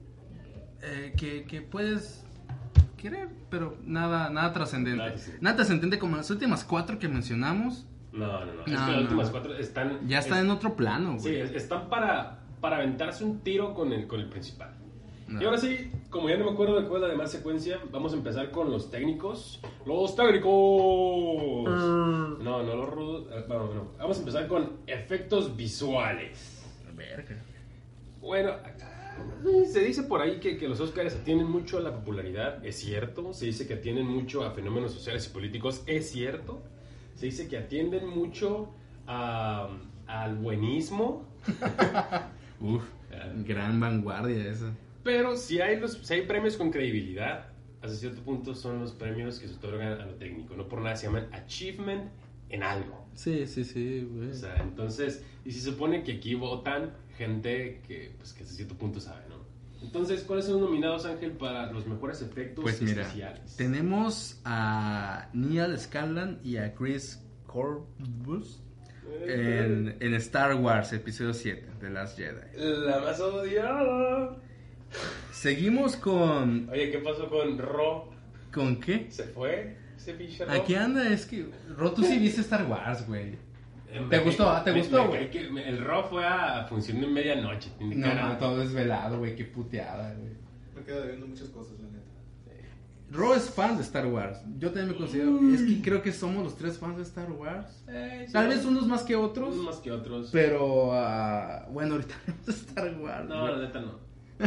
A: que puedes querer, pero nada trascendente. Nada trascendente como las últimas 4 que mencionamos.
B: No. Es que las últimas 4 están...
A: Ya están en otro plano, güey.
B: Sí, están para aventarse un tiro con el principal. No. Y ahora sí, como ya no me acuerdo de cuál es la demás secuencia, vamos a empezar con los técnicos. ¡Los técnicos! No, los rudos. No. Vamos a empezar con efectos visuales.
A: Verga.
B: Bueno, se dice por ahí que los Oscars atienden mucho a la popularidad. Es cierto. Se dice que atienden mucho a fenómenos sociales y políticos. Es cierto. Se dice que atienden mucho al buenismo.
A: Uf, gran vanguardia esa.
B: Pero si hay premios con credibilidad, hasta cierto punto son los premios que se otorgan a lo técnico. No por nada se llaman achievement en algo.
A: Sí, güey.
B: O sea, entonces, y se supone que aquí votan gente que hasta cierto punto sabe, ¿no? Entonces, ¿cuáles son los nominados, Ángel, para los mejores efectos especiales?
A: Tenemos a Neil Scanlan y a Chris Columbus en Star Wars Episodio 7 de Last Jedi.
B: La más odiada.
A: Seguimos con...
B: Oye, ¿qué pasó con Ro?
A: ¿Con qué?
B: ¿Se fue ese pinche Ro?
A: Aquí anda, es que... Ro, tú sí viste Star Wars, güey. ¿Te gustó? ¿Te gustó, güey?
B: El Ro fue a función de medianoche.
A: No, todo desvelado, güey. Qué puteada, güey.
C: Me quedo viendo muchas cosas, la neta.
A: Ro es fan de Star Wars. Yo también me considero. Es que creo que somos los 3 fans de Star Wars.
B: Sí,
A: Tal vez unos más que otros.
B: unos más que otros.
A: Pero, bueno, ahorita hablamos de Star Wars.
B: No, la neta no.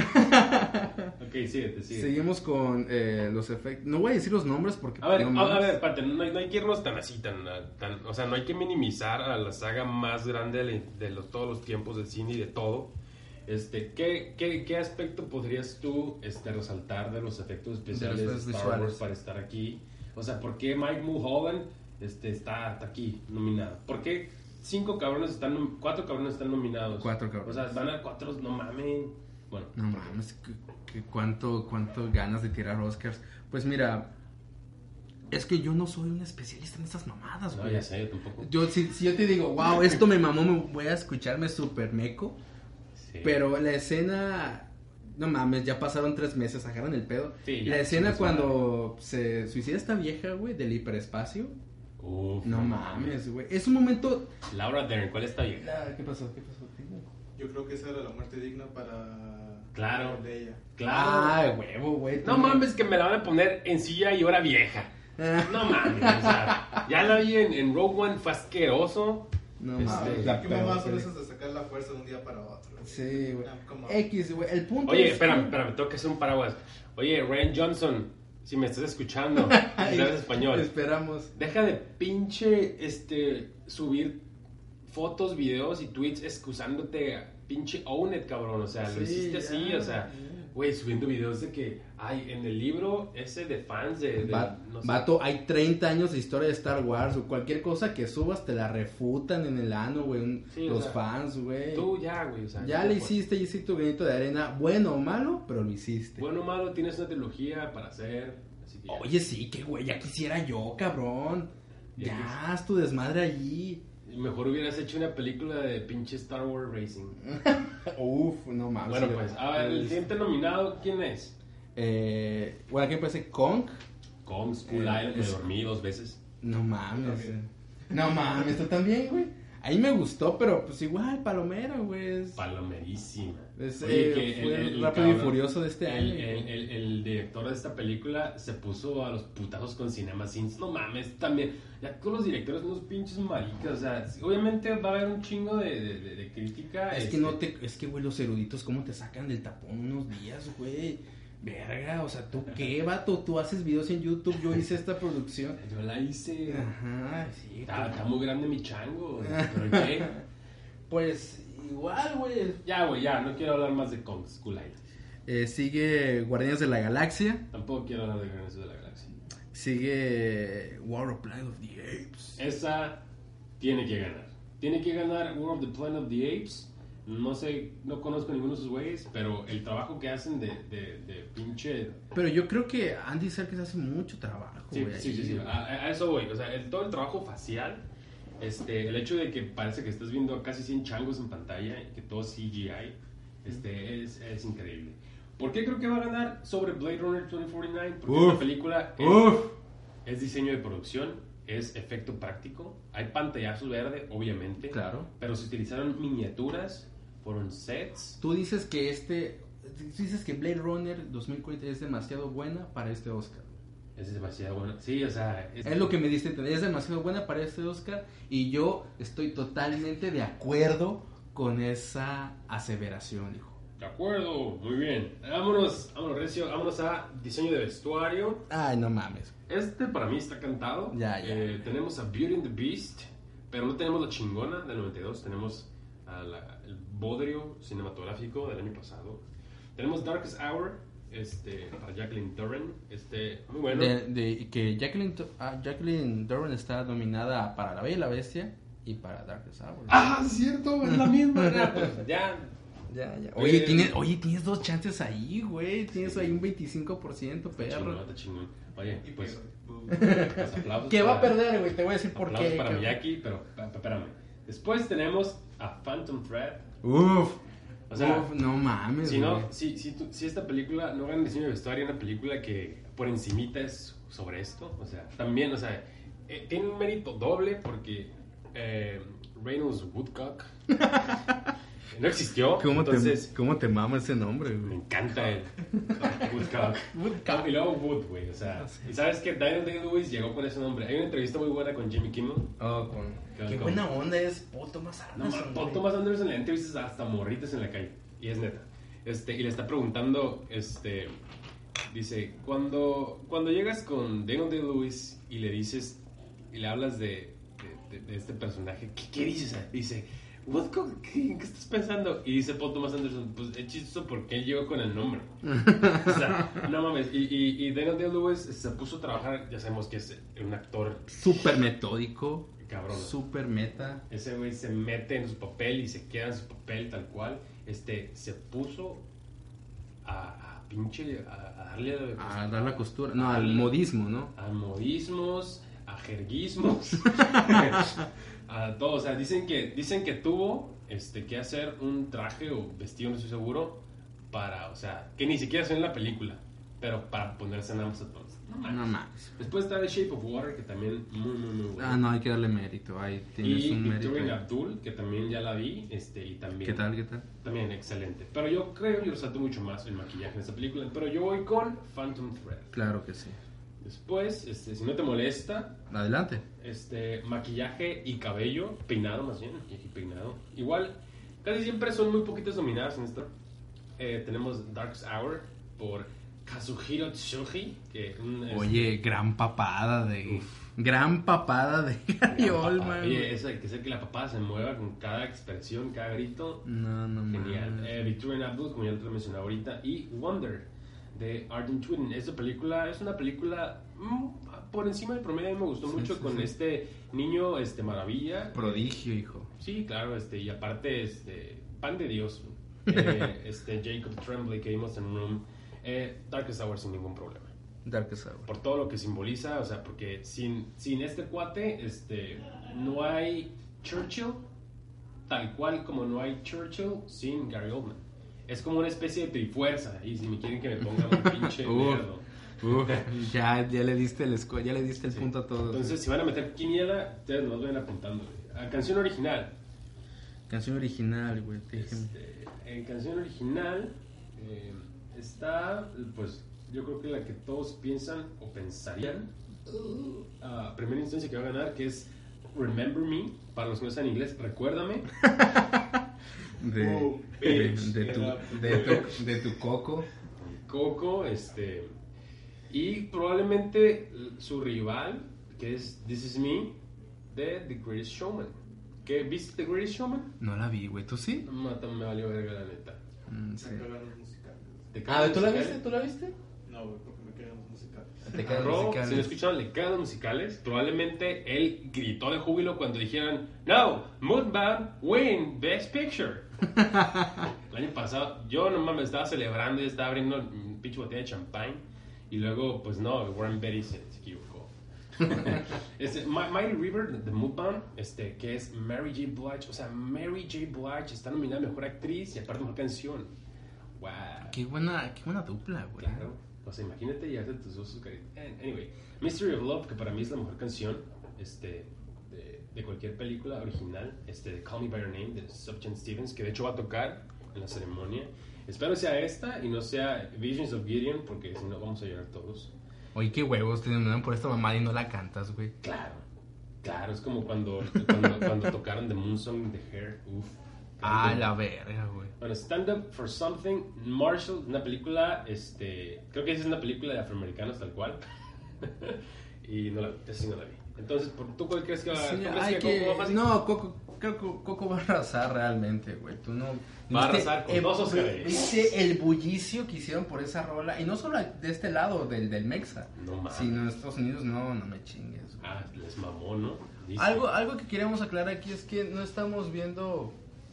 B: Ok, síguete.
A: Seguimos con los efectos. No voy a decir los nombres porque.
B: A ver,
A: no
B: a
A: mames.
B: ver, espérate, no hay que irnos tan así, tan, o sea, no hay que minimizar a la saga más grande de todos los tiempos del cine y de todo. ¿Qué aspecto podrías tú resaltar de los efectos especiales de
A: efectos
B: Star Wars
A: visuales.
B: para estar aquí? O sea, ¿por qué Mike Mulholland está aquí nominado? ¿Por qué 4 cabrones están nominados?
A: 4 cabrones.
B: O sea, van a 4, no mames. Bueno,
A: No mames, cuánto ganas de tirar Oscars. Pues mira, es que yo no soy un especialista en estas mamadas,
B: no,
A: güey.
B: ya sé, yo tampoco.
A: Si yo te digo, wow, esto me mamó, me voy a escucharme súper meco.
B: Sí.
A: Pero la escena, no mames, ya pasaron 3 meses, agarran el pedo.
B: Sí,
A: la
B: ya,
A: escena
B: sí,
A: cuando se suicida esta vieja, güey, del hiperespacio.
B: Uf,
A: No mames, güey. Es un momento.
B: Laura Dern, ¿cuál está bien?
A: ¿Qué pasó?
C: Yo creo que esa era la muerte digna para
B: Claro.
C: Leia.
B: Claro.
A: Ah, huevo, güey.
B: No mames, que me la van a poner en silla y hora vieja. No mames, o sea, ya la vi en Rogue One, fue asqueroso.
A: No
B: Este,
A: mames.
C: ¿Qué mamás son esas de sacar la fuerza de un día para otro?
A: Sí, güey.
C: Come on.
A: X, güey. El punto
B: Oye,
A: es
B: espérame, tengo que hacer un paraguas. Oye, Ryan Johnson, si me estás escuchando, si sabes español,
A: Esperamos.
B: deja de pinche subir fotos, videos y tweets excusándote, pinche own it, cabrón. O sea, lo
A: Sí,
B: hiciste así,
A: ya,
B: o sea,
A: ya.
B: güey, subiendo videos de que, ay, en el libro ese de fans de no sé.
A: Vato, hay 30 años de historia de Star Wars, o cualquier cosa que subas te la refutan en el ano, güey,
B: Sí, o
A: los
B: sea,
A: fans, güey.
B: Tú ya, güey, o sea.
A: Ya
B: ¿qué
A: le
B: te
A: hiciste, ya hiciste tu granito de arena, bueno o malo, pero lo hiciste.
B: Bueno o malo, tienes una trilogía para hacer. Así que ya.
A: Oye, sí, que güey, ya quisiera yo, cabrón.
B: Ya
A: Ya, haz tu desmadre allí.
B: Mejor hubieras hecho una película de pinche Star Wars Racing.
A: Uf, no mames.
B: Bueno,
A: sí,
B: pues, a ver, el siguiente nominado, ¿quién es?
A: Bueno, aquí parece Kong.
B: Kong, School Island, me dormí 2 veces.
A: No mames.
C: También.
A: No mames, tú también, güey. Ahí me gustó, pero pues igual, palomera, güey.
B: Palomerísima.
A: Oye,
B: que
A: fue el Rápido y
B: cabrón,
A: Furioso de este año.
B: el director de esta película se puso a los putazos con Cinema Sins. No mames, también. Ya todos los directores son unos pinches maricas. O sea, obviamente va a haber un chingo de crítica.
A: Es que es que, güey, los eruditos, ¿cómo te sacan del tapón unos días, güey? Verga, o sea, ¿tú qué, vato? Tú haces videos en YouTube, yo hice esta producción.
B: Yo la hice.
A: Ajá, sí.
B: Está muy grande mi chango. ¿Pero qué?
A: Pues igual, güey.
B: Ya, güey, ya. No quiero hablar más de Kong, School Island.
A: Sigue Guardianes de la Galaxia.
B: Tampoco quiero hablar de Guardianes de la Galaxia.
A: Sigue War of Planet of the Apes.
B: Esa tiene que ganar. Tiene que ganar War of the Planet of the Apes. No sé, no conozco ninguno de esos güeyes, pero el trabajo que hacen de pinche...
A: Pero yo creo que Andy Serkis hace mucho trabajo,
B: Sí,
A: güey.
B: sí. A eso voy. O sea, todo el trabajo facial, el hecho de que parece que estás viendo casi 100 changos en pantalla y que todo es CGI, es increíble. ¿Por qué creo que va a ganar sobre Blade Runner 2049? Porque esta película es diseño de producción, es efecto práctico, hay pantallazos verde, obviamente,
A: Claro.
B: pero se utilizaron miniaturas, fueron sets.
A: Tú dices que Blade Runner 2040 es demasiado buena para este Oscar.
B: Es demasiado bueno. Sí, o sea...
A: Es lo que me diste a entender, es demasiado buena para este Oscar y yo estoy totalmente de acuerdo con esa aseveración, hijo.
B: De acuerdo, muy bien. Vámonos, Recio, vámonos a diseño de vestuario.
A: Ay, no mames.
B: Para mí está cantado.
A: Ya.
B: Tenemos a Beauty and the Beast, pero no tenemos la chingona del 92, tenemos el bodrio cinematográfico del año pasado. Tenemos Darkest Hour, para Jacqueline Dorran, muy bueno.
A: Que Jacqueline Dorran está nominada para La Bella y la Bestia y para Darkest Hour.
B: Ah, cierto, es la misma. Ya.
A: Oye, tienes 2 chances ahí, güey. Tienes ahí un 25%, perro.
B: Está chingón. Oye,
C: Y
B: pues,
C: pues,
B: aplausos.
A: ¿Qué va a perder, güey? Te voy a decir por
B: Aplausos
A: qué.
B: para
A: cabrón.
B: Miyaki, pero espérame. Después tenemos a Phantom Thread.
A: Uf.
B: O sea,
A: no mames,
B: si no,
A: güey.
B: si esta película no gana diseño de vestuario, una película que por encimita es sobre esto, o sea, también, o sea, tiene un mérito doble porque Reynolds Woodcock No existió. Entonces,
A: ¿Cómo te mama ese nombre,
B: me
A: güey?
B: encanta el Woodcock. Y luego Wood, güey. O sea, y sabes que Daniel Day-Lewis llegó con ese nombre. Hay una entrevista muy buena con Jimmy Kimmel.
A: Qué buena onda es Paul Thomas
B: No,
A: Anderson.
B: Paul Thomas Anderson le da entrevistas hasta morritas en la calle. Y es neta. Y le está preguntando, dice, cuando llegas con Daniel Day-Lewis y le dices, y le hablas de este personaje, ¿qué dices? Dice, ¿qué estás pensando? Y dice Paul Thomas Anderson, pues es chistoso porque él llegó con el nombre. O sea, no mames. Y Daniel Day-Lewis se puso a trabajar, ya sabemos que es un actor
A: súper metódico,
B: cabrón,
A: súper meta.
B: Ese güey se mete en su papel y se queda en su papel tal cual. Se puso a darle
A: a dar la costura, no, al modismo, ¿no?
B: A modismos, a jerguismos, a todo. O sea, dicen que tuvo que hacer un traje o vestido, no estoy seguro, para, o sea, que ni siquiera se ve en la película, pero para ponerse nada más a todos.
A: No más.
B: Después está The Shape of Water, que también muy bueno.
A: No, hay que darle mérito. Ahí tienes un mérito.
B: Y Victoria Abdul, que también ya la vi, y también...
A: ¿Qué tal?
B: También excelente. Pero yo resalto mucho más el maquillaje en esta película. Pero yo voy con Phantom Thread.
A: Claro que sí.
B: Después, si no te molesta...
A: Adelante.
B: Maquillaje y cabello, peinado más bien, maquillaje y peinado. Igual, casi siempre son muy poquitas nominadas en esto. Tenemos Darkest Hour por Kazuhiro Tsuji, que
A: oye, gran papada de Gary Oldman.
B: Oye, eso hay que hacer que la papada se mueva con cada expresión, cada grito.
A: No
B: genial. Victoria Abdul, como ya te lo mencioné ahorita, y Wonder de Arden Twin. Esta película es una película por encima del promedio. A mí me gustó mucho con este niño maravilla,
A: prodigio, hijo.
B: Sí, claro, y aparte pan de Dios. Jacob Tremblay, que vimos en Room. Darkest Hour sin ningún problema.
A: Darkest Hour.
B: Por todo lo que simboliza, o sea, porque sin este cuate, no hay Churchill, tal cual como no hay Churchill sin Gary Oldman. Es como una especie de trifuerza, y si me quieren que me ponga un pinche nerdo.
A: Ya le diste el punto a todos.
B: Entonces, si van a meter quiniela, ustedes nos vayan apuntando. Canción original.
A: Canción original, güey.
B: En canción original está, pues, yo creo que la que todos piensan o pensarían a primera instancia que va a ganar, que es Remember Me, para los que no saben inglés, recuérdame.
A: de tu Coco.
B: Coco, y probablemente su rival, que es This Is Me, de The Greatest Showman. ¿Qué? ¿Viste The Greatest Showman?
A: No la vi, güey, ¿tú sí?
B: Me valió verga, la neta.
A: Sí.
C: ¿Tú la viste?
A: ¿Tú la viste?
C: No, güey, porque me quedan los musicales.
B: Si no escucharon, le quedan los musicales. Probablemente él gritó de júbilo cuando dijeron No, Moonbound win Best Picture. El año pasado, yo no mames, estaba celebrando y estaba abriendo un pinche botella de champán. Y luego, pues no, Warren Beatty se equivocó. Mighty River de Moonbound, que es Mary J. Blige. O sea, Mary J. Blige está nominada a Mejor Actriz y aparte Mejor Canción. Wow.
A: Qué buena dupla, güey.
B: Claro. O sea, imagínate y hacer tus dos caritas. Anyway, Mystery of Love, que para mí es la mejor canción de cualquier película original. Call Me By Your Name de Sufjan Stevens, que de hecho va a tocar en la ceremonia. Espero sea esta y no sea Visions of Gideon, porque si no vamos a llorar todos.
A: Oye, qué huevos te nominan por esta mamada y no la cantas, güey.
B: Claro, es como cuando tocaron The Moon Song de Hair. Uf.
A: La verga, güey.
B: Bueno, Stand Up for Something, Marshall, una película, creo que es una película de afroamericanos tal cual. Y no la vi. Entonces, ¿tú cuál crees que va a ganar?
A: No, creo que Coco va a arrasar realmente, güey. Tú no...
B: Va a arrasar con 2 Oscars.
A: ¿Viste el bullicio que hicieron por esa rola? Y no solo de este lado, del Mexa.
B: No mames.
A: Sino en Estados Unidos, no me chingues, güey.
B: Les mamó, ¿no?
A: Algo que queríamos aclarar aquí es que no estamos viendo...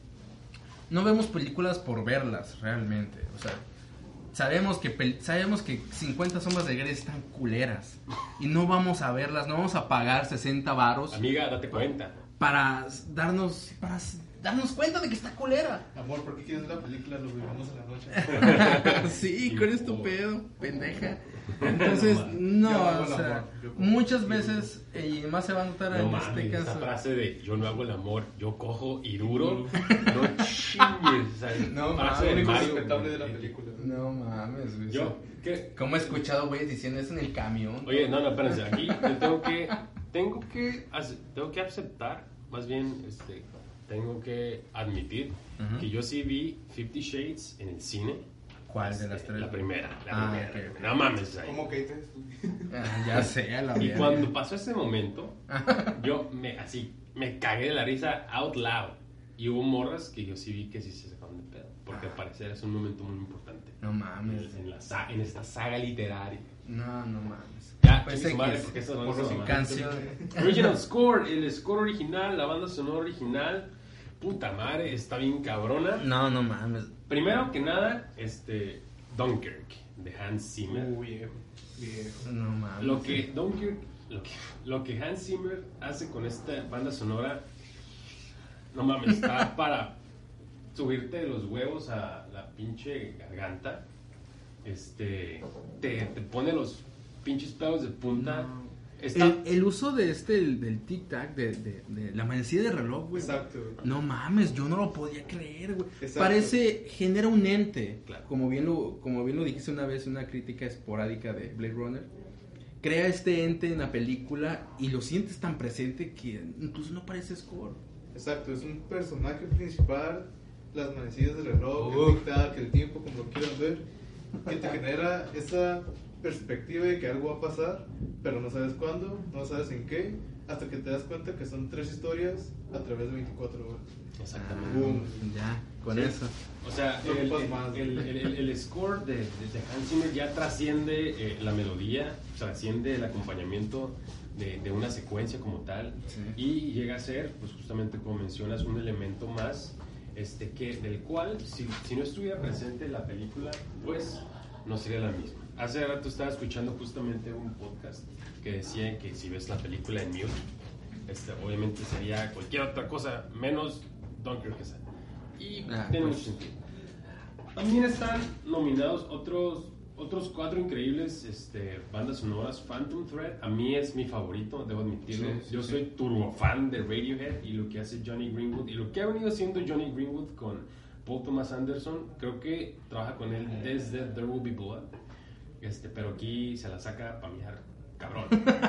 A: No vemos películas por verlas, realmente. O sea, sabemos que 50 sombras de Grey están culeras. Y no vamos a verlas, no vamos a pagar 60 varos.
B: Amiga, date cuenta.
A: Para darnos cuenta de que está culera.
C: Amor, ¿por qué quieres ver la película? Lo vivimos en la noche.
A: Sí, ¿cuál es tu pedo, pendeja? Entonces,
C: Yo
A: no,
C: hago
A: o
C: el
A: sea,
C: amor, yo
A: muchas
C: cojo.
A: veces, y más se va a notar
B: No
A: en
B: mames,
A: este
B: esa
A: caso.
B: frase de yo no hago el amor, yo cojo y duro, no chingues. O sea,
A: No
B: frase
C: Lo
B: de
C: único
B: Mario,
C: respetable de la
B: güey.
C: película.
A: No mames, güey.
B: Yo, ¿qué?
A: ¿Cómo he escuchado güeyes diciendo eso en el camión?
B: Oye, no, espérense, aquí yo tengo que aceptar, más bien, tengo que admitir
A: Ujú.
B: que yo sí vi 50 Shades en el cine.
A: ¿Cuál de las tres?
B: La primera.
A: Ah,
B: primera.
A: ok.
B: No mames, ahí.
C: ¿Cómo que dices?
A: Ah, ya sé, a la
B: Y
A: verga.
B: cuando pasó ese momento, yo me cagué de la risa out loud. Y hubo morras que yo sí vi que sí se sacaron de pedo. Porque al parecer es un momento muy importante
A: No mames.
B: en esta saga literaria.
A: No mames.
B: Ya,
A: Pues
B: chingue su madre,
A: X.
B: porque esas
C: Porro
B: son
C: sin
A: Canción.
B: Original score, el score original, la banda sonora original. Puta madre, está bien cabrona.
A: No, no mames.
B: Primero que nada, Dunkirk, de Hans Zimmer.
C: Viejo.
A: No mames.
B: Lo que Hans Zimmer hace con esta banda sonora, no mames, está para subirte de los huevos a la pinche garganta. Te pone los pinches pedos de punta. Está,
A: El uso de del tic-tac, de la manecilla de reloj, güey.
C: Exacto, güey.
A: No mames, yo no lo podía creer, güey.
C: Exacto.
A: Parece, genera un ente.
B: Claro.
A: Como bien lo dijiste una vez en una crítica esporádica de Blade Runner. Crea este ente en la película y lo sientes tan presente que incluso no parece score.
C: Exacto, es un personaje principal, las manecillas del reloj, el tic-tac, el tiempo, como lo quieran ver, que te genera esa perspectiva de que algo va a pasar, pero no sabes cuándo, no sabes en qué, hasta que te das cuenta que son 3 historias a través de 24 horas.
B: exactamente.
C: Boom.
A: Ya, con
B: Sí.
A: eso.
B: O sea,
C: No ocupas más.
B: el score de Hans Zimmer ya trasciende la melodía, trasciende el acompañamiento de una secuencia como tal,
A: Sí.
B: y llega a ser, pues justamente como mencionas, un elemento más del cual, si no estuviera presente la película, pues no sería la misma. Hace rato estaba escuchando justamente un podcast que decía que si ves la película en mute, obviamente sería cualquier otra cosa menos Dunkirk que sea. Y tiene
A: pues.
B: mucho sentido. También están nominados otros 4 increíbles bandas sonoras. Phantom Thread, a mí es mi favorito, debo admitirlo.
A: Sí, sí,
B: Yo
A: sí.
B: soy turbo fan de Radiohead y lo que hace Johnny Greenwood y lo que ha venido haciendo Johnny Greenwood con Paul Thomas Anderson. Creo que trabaja con él desde There Will Be Blood, pero aquí se la saca para mirar, cabrón.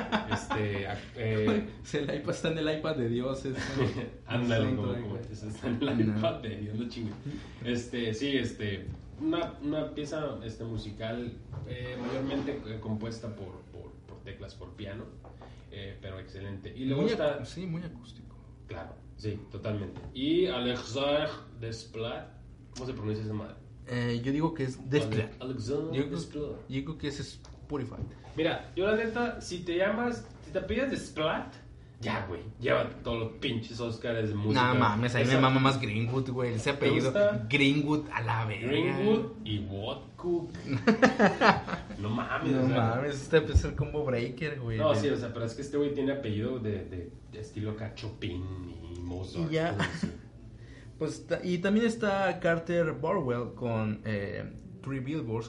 A: El iPad está en el iPad de Dios.
B: Ándale, como
A: soundtrack, güey.
B: dices, está en la iPad de Dios, no chingue. Sí, una pieza musical mayormente compuesta por teclas, por piano, pero excelente. Y luego está,
A: Sí, muy acústico.
B: claro, sí, totalmente. Y Alexandre Desplat, ¿cómo se pronuncia esa madre?
A: Yo digo que es Desplat.
B: Alexandre
A: Yo
B: Desplat.
A: digo que es Spotify.
B: Mira, yo la neta, si te apellidas Desplat, ya, güey, llévate todos los pinches Oscars de música.
A: No mames, ahí me
B: Esa-
A: mama más Greenwood, güey. Ese apellido.
B: gusta?
A: Greenwood a la verga.
B: Greenwood y Woodcook. No mames.
A: No
B: o sea,
A: mames, este puede ser combo breaker, güey.
B: No, sí, o sea, pero es que este güey tiene apellido de estilo acá Chopin y Mozart.
A: Y ya.
B: cosas así.
A: Pues, y también está Carter Burwell con 3 Billboards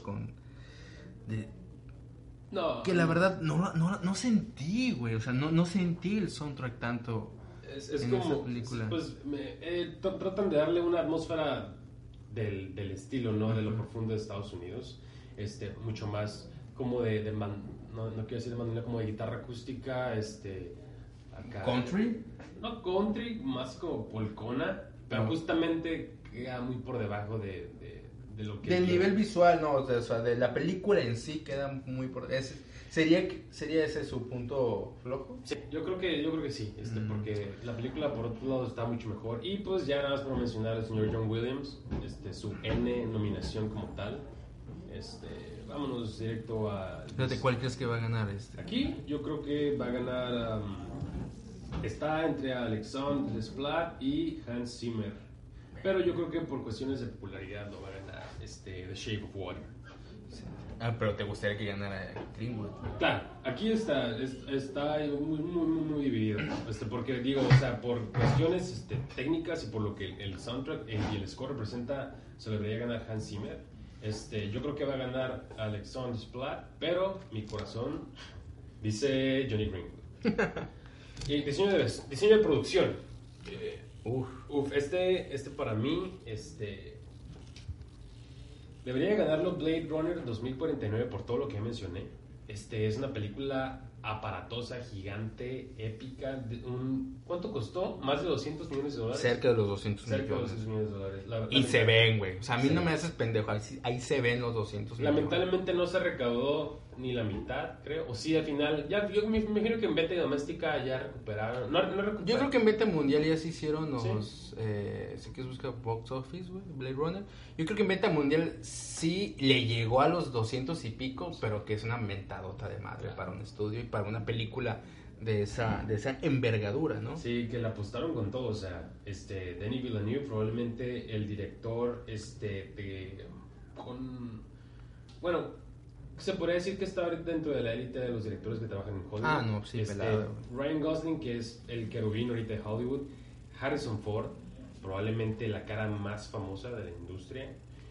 B: No.
A: que la verdad no sentí, güey. O sea, no sentí el soundtrack tanto.
B: Es
A: en
B: como.
A: esa película.
B: Pues tratan de darle una atmósfera del estilo, ¿no? De lo profundo de Estados Unidos. Mucho más como no quiero decir de manera como de guitarra acústica, acá.
A: ¿Country?
B: No country, más como polcona, pero
A: No.
B: justamente queda muy por debajo de lo que...
A: Del nivel visual, no, o sea, de la película en sí queda muy por... ¿Sería ese su punto flojo?
B: Sí, yo creo que sí, porque la película por otro lado está mucho mejor. Y pues ya nada más para mencionar al señor John Williams, su N nominación como tal. Vámonos directo a...
A: Fíjate, ¿cuál crees que va a ganar
B: Aquí yo creo que va a ganar... está entre Alexandre Desplat y Hans Zimmer. Pero yo creo que por cuestiones de popularidad lo va a ganar The Shape of Water.
A: Pero te gustaría que ganara Greenwood.
B: Claro, aquí está muy dividido, porque digo, o sea, por cuestiones técnicas y por lo que el soundtrack y el score representa, se le debería ganar Hans Zimmer. Yo creo que va a ganar Alexander Desplat, pero mi corazón dice Johnny Greenwood. Y diseño de producción. Para mí, debería ganarlo Blade Runner 2049 por todo lo que mencioné. Es una película aparatosa, gigante, épica. ¿Cuánto costó? ¿Más de $200 millones?
A: Cerca de los 200 millones.
B: Cerca de los $200 millones.
A: Y se ven, güey. O sea, a mí no me haces pendejo. Ahí se ven los 200 millones.
B: Lamentablemente no se recaudó ni la mitad, creo. O sí, al final. Yo me imagino que en venta doméstica ya recuperaron. No recuperaron.
A: Yo creo que en venta mundial ya se hicieron los. Si quieres buscar Box Office, güey, Blade Runner. Yo creo que en venta mundial sí le llegó a los 200 y pico, pero que es una mentadota de madre para un estudio y para una película de esa envergadura, ¿no?
B: Sí, que la apostaron con todo. O sea, Denis Villeneuve, probablemente el director, bueno, se podría decir que está dentro de la élite de los directores que trabajan en Hollywood.
A: No, sí, pelado.
B: Ryan Gosling, que es el querubín ahorita de Hollywood. Harrison Ford, probablemente la cara más famosa de la industria.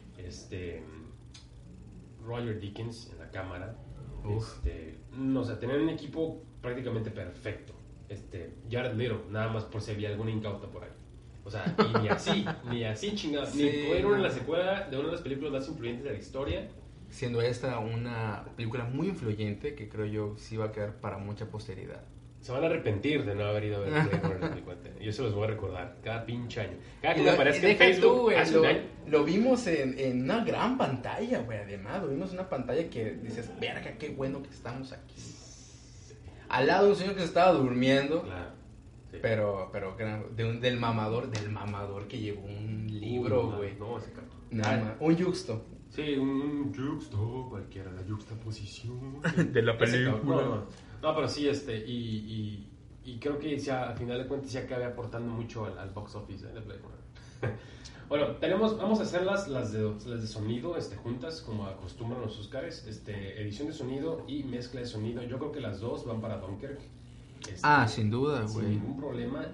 B: Roger Deakins en la cámara. O sea, tener un equipo prácticamente perfecto. Jared Leto, nada más por si había alguna incauta por ahí. O sea, y ni así chingada.
A: Sí,
B: ni fueron la secuela de una de las películas más influyentes de la historia.
A: Siendo esta una película muy influyente que creo yo sí va a quedar para mucha posteridad.
B: Se van a arrepentir de no haber ido a ver Blade Runner 2049. Yo se los voy a recordar cada pinche año. Cada que me aparezca en Facebook hace un año.
A: Lo vimos en una gran pantalla, güey. Además, lo vimos en una pantalla que dices, verga, qué bueno que estamos aquí. Al lado de un señor que se estaba durmiendo.
B: Claro. Sí.
A: Pero del mamador que llevó un libro, güey.
B: No, ese cabrón.
A: Un yuxto.
B: Sí, un yuxto, cualquiera, la yuxtaposición
A: de la película.
B: No, pero sí, y creo que ya, al final de cuentas ya acabé aportando mucho al box office de Blade Runner. Bueno, vamos a hacer las de sonido juntas, como acostumbran los Oscars, edición de sonido y mezcla de sonido. Yo creo que las dos van para Dunkirk.
A: Sin duda, güey.
B: Sin ningún problema,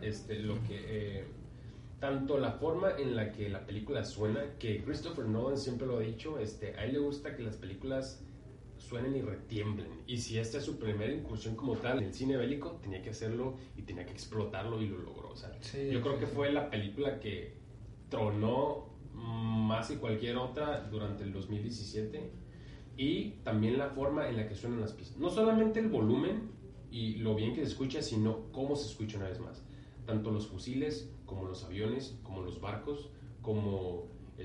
B: tanto la forma en la que la película suena, que Christopher Nolan siempre lo ha dicho, a él le gusta que las películas suenen y retiemblen. Y si esta es su primera incursión como tal en el cine bélico, tenía que hacerlo y tenía que explotarlo y lo logró. O sea, yo creo que fue la película que tronó más que cualquier otra durante el 2017. Y también la forma en la que suenan las pistas. No solamente el volumen y lo bien que se escucha, sino cómo se escucha una vez más. Tanto los fusiles, como los aviones, como los barcos, como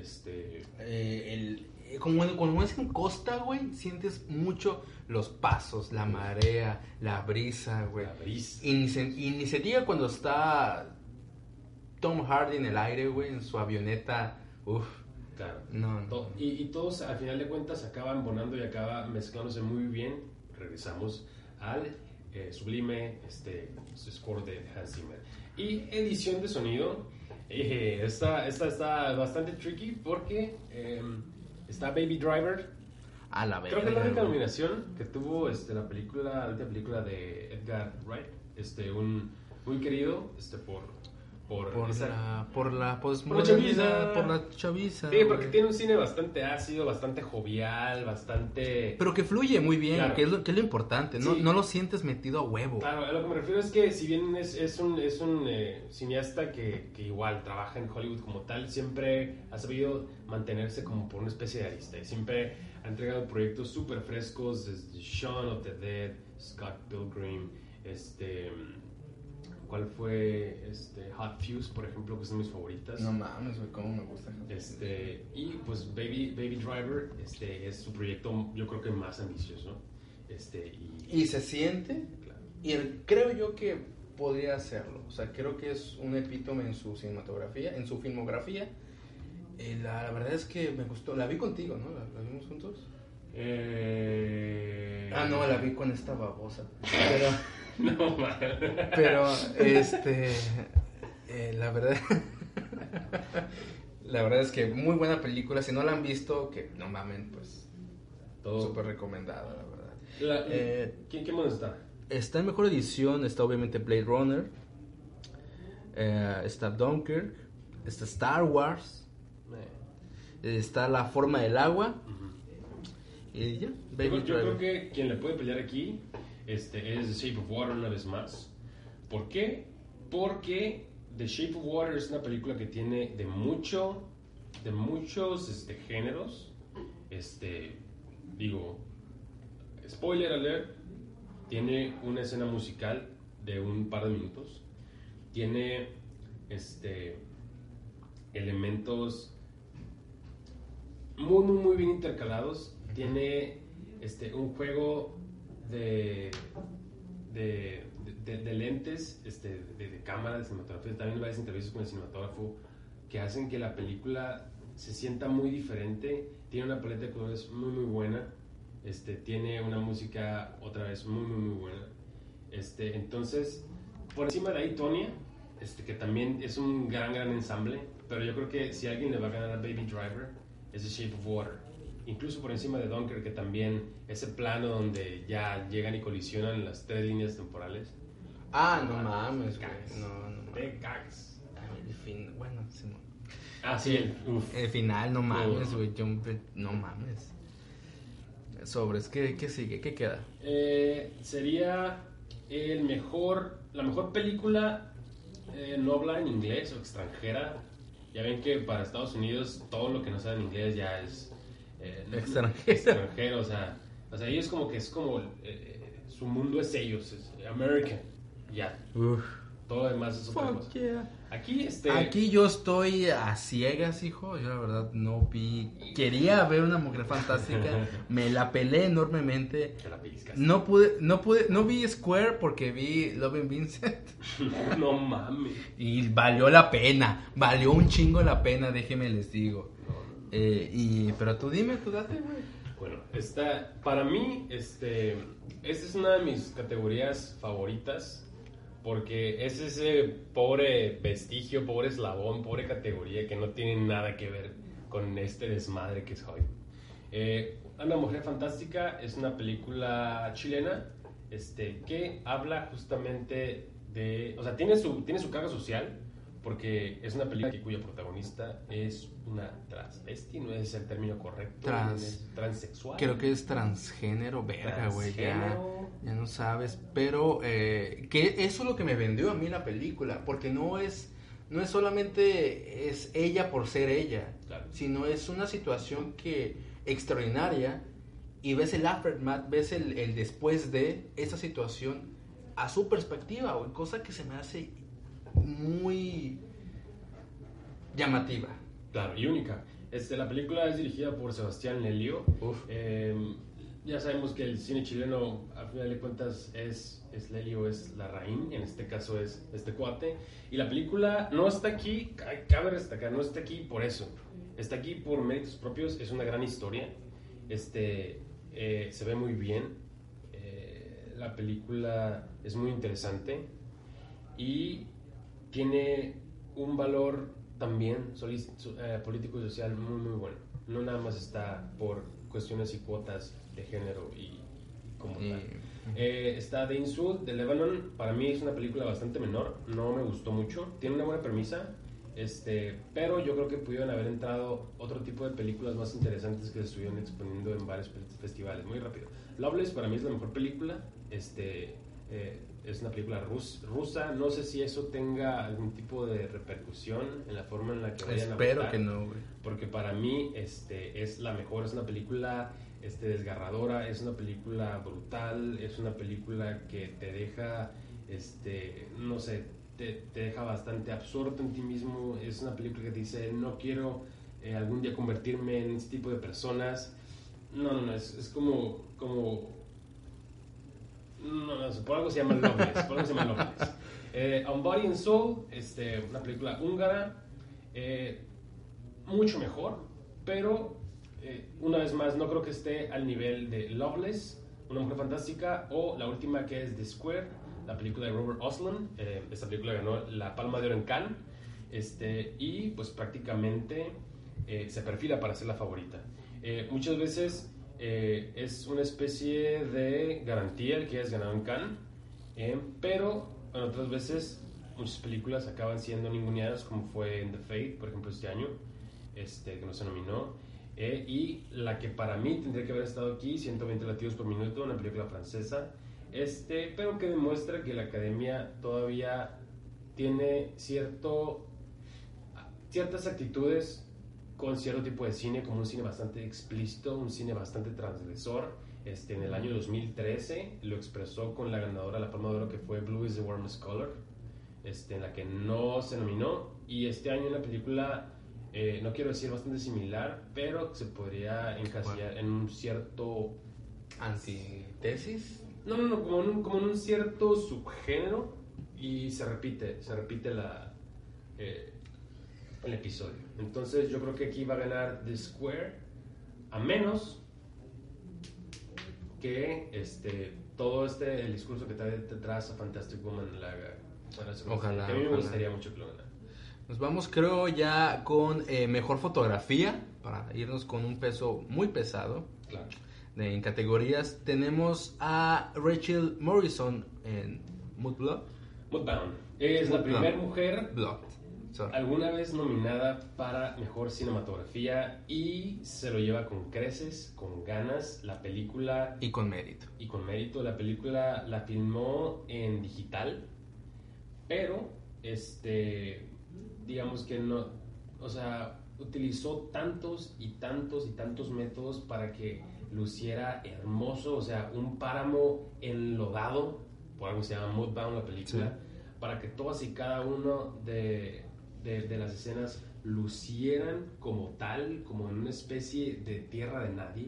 A: Cuando es en costa, güey, sientes mucho los pasos, la marea, la brisa, güey. Y ni se diga cuando está Tom Hardy en el aire, güey, en su avioneta.
B: Claro.
A: No.
B: Y todos, al final de cuentas, acaban bonando y acaba mezclándose muy bien. Regresamos al sublime score de Hans Zimmer. Y edición de sonido. Esta está bastante tricky porque está Baby Driver.
A: A la vez.
B: Creo que es la única nominación que tuvo la última película de Edgar Wright, un muy querido por la chaviza. Sí, porque tiene un cine bastante ácido, bastante jovial, bastante...
A: Pero que fluye muy bien,
B: claro.
A: que es lo importante,
B: sí.
A: No lo sientes metido a huevo.
B: Claro, a lo que me refiero es que si bien es un cineasta que igual trabaja en Hollywood como tal, siempre ha sabido mantenerse como por una especie de arista. Y siempre ha entregado proyectos súper frescos, desde Shaun of the Dead, Scott Pilgrim, ¿cuál fue? Hot Fuzz, por ejemplo, que es de mis favoritas.
A: No mames, güey, cómo me gusta.
B: Y pues Baby Driver, es su proyecto, yo creo que más ambicioso.
A: Y se siente,
B: claro.
A: Y creo yo que podría hacerlo. O sea, creo que es un epítome en su cinematografía, en su filmografía. La verdad es que me gustó. La vi contigo, ¿no? ¿La vimos juntos? No, la vi con esta babosa. Pero...
B: No, man.
A: Pero, la verdad es que muy buena película. Si no la han visto, que no mamen, pues
B: todo.
A: Súper recomendada, la verdad.
B: ¿Qué más está?
A: Está en mejor edición, está obviamente Blade Runner, está Dunkirk, está Star Wars, está La Forma del Agua, y ya, Baby
B: Yo creo
A: Driver.
B: que quien le puede pelear aquí es The Shape of Water una vez más. ¿Por qué? Porque The Shape of Water es una película que tiene de muchos géneros. Digo, spoiler alert, tiene una escena musical de un par de minutos. Tiene elementos muy, muy, muy bien intercalados. Tiene un juego de lentes, de cámara, de cinematografía. También varias entrevistas con el cinematógrafo que hacen que la película se sienta muy diferente. Tiene una paleta de colores muy, muy buena. Tiene una música otra vez muy, muy, muy buena. Entonces, por encima de ahí, Tonya, que también es un gran ensamble. Pero yo creo que si alguien le va a ganar a Baby Driver, es The Shape of Water. Incluso por encima de Dunkirk, que también ese plano donde ya llegan y colisionan las 3 líneas temporales.
A: No mames, güey. No
B: Te cagas.
A: El fin, bueno, sí, no.
B: Sí,
A: el final, no mames, güey. No mames. Sobres, ¿qué sigue? ¿Qué queda?
B: Sería la mejor película no hablar en inglés o extranjera. Ya ven que para Estados Unidos todo lo que no sabe en inglés ya es extranjero. O sea, ellos como que es como su mundo es ellos, es American. Ya. Todo lo demás es otra cosa.
A: Yeah.
B: Aquí
A: yo estoy a ciegas, hijo. Yo la verdad no vi. Quería ver Una Mujer Fantástica. Me la pelé enormemente.
B: Te la pellizcaste.
A: No vi Square porque vi Love and Vincent.
B: No mames.
A: Y valió la pena. Valió un chingo la pena, déjenme les digo. Pero tú dime, tú date, güey.
B: Bueno, para mí, esta es una de mis categorías favoritas. Porque es ese pobre vestigio, pobre eslabón, pobre categoría que no tiene nada que ver con este desmadre que es Hollywood. Una Mujer Fantástica es una película chilena que habla justamente de... O sea, tiene su carga social porque es una película cuya protagonista es una transvesti, no es el término correcto, es transexual.
A: Creo que es transgénero, verga, güey, ya no sabes, pero que eso es lo que me vendió a mí la película, porque no es solamente es ella por ser ella,
B: claro,
A: sino es una situación extraordinaria y ves el aftermath, ves el después de esa situación a su perspectiva, güey, cosa que se me hace muy llamativa.
B: Claro, y única. La película es dirigida por Sebastián Lelio. Ya sabemos que el cine chileno, al final de cuentas, es Lelio, es la raíz, en este caso es este cuate. Y la película no está aquí, cabe destacar, no está aquí por eso. Está aquí por méritos propios, es una gran historia. Se ve muy bien. La película es muy interesante. Y tiene un valor también político y social muy, muy bueno. No nada más está por cuestiones y cuotas de género y como tal. Está The Insult de Lebanon. Para mí es una película bastante menor. No me gustó mucho. Tiene una buena premisa. Pero yo creo que pudieron haber entrado otro tipo de películas más interesantes que se estuvieron exponiendo en varios festivales. Muy rápido. Loveless para mí es la mejor película. Es una película rusa. No sé si eso tenga algún tipo de repercusión en la forma en la que vayan a votar.
A: Espero que no, güey.
B: Porque para mí es la mejor. Es una película desgarradora. Es una película brutal. Es una película que te deja, no sé, te deja bastante absorto en ti mismo. Es una película que te dice, no quiero algún día convertirme en este tipo de personas. No, es como no, por algo se llama Loveless. On Body and Soul, una película húngara, mucho mejor, pero una vez más no creo que esté al nivel de Loveless, Una Mujer Fantástica, o la última que es The Square, la película de Robert Ostlund. Esta película ganó la Palma de Oro en Cannes, y pues prácticamente se perfila para ser la favorita. Muchas veces es una especie de garantía el que hayas ganado en Cannes, pero en otras veces muchas películas acaban siendo ninguneadas, como fue en The Fate, por ejemplo, este año, que no se nominó. Y la que para mí tendría que haber estado aquí, 120 latidos por minuto, una película francesa, pero que demuestra que la academia todavía tiene ciertas actitudes con cierto tipo de cine, como un cine bastante explícito, un cine bastante transgresor. En el año 2013 lo expresó con la ganadora de la Palma de Oro, que fue Blue is the Warmest Color, en la que no se nominó. Y este año una película, no quiero decir bastante similar, pero se podría encasillar en un cierto...
A: ¿Antitesis?
B: No, como en un cierto subgénero, y se repite el episodio. Entonces yo creo que aquí va a ganar The Square, a menos que todo el discurso que trae detrás a Fantastic Woman la haga.
A: Ojalá,
B: que a mí me
A: ojalá.
B: gustaría mucho que lo ganara.
A: Nos vamos, creo, ya con mejor fotografía, para irnos con un peso muy pesado.
B: Claro.
A: En categorías tenemos a Rachel Morrison en Mudbound.
B: Mudbound es la
A: Mudbound.
B: primera mujer
A: Blood. Sorry.
B: alguna vez nominada para mejor cinematografía, y se lo lleva con creces, con ganas. La película,
A: Y con mérito.
B: y con mérito, la película la filmó en digital, pero digamos que no, o sea, utilizó tantos y tantos y tantos métodos para que luciera hermoso. O sea, un páramo enlodado, por algo se llama Mudbound la película,
A: Sí.
B: para que todas y cada uno de las escenas lucieran como tal, como en una especie de tierra de nadie.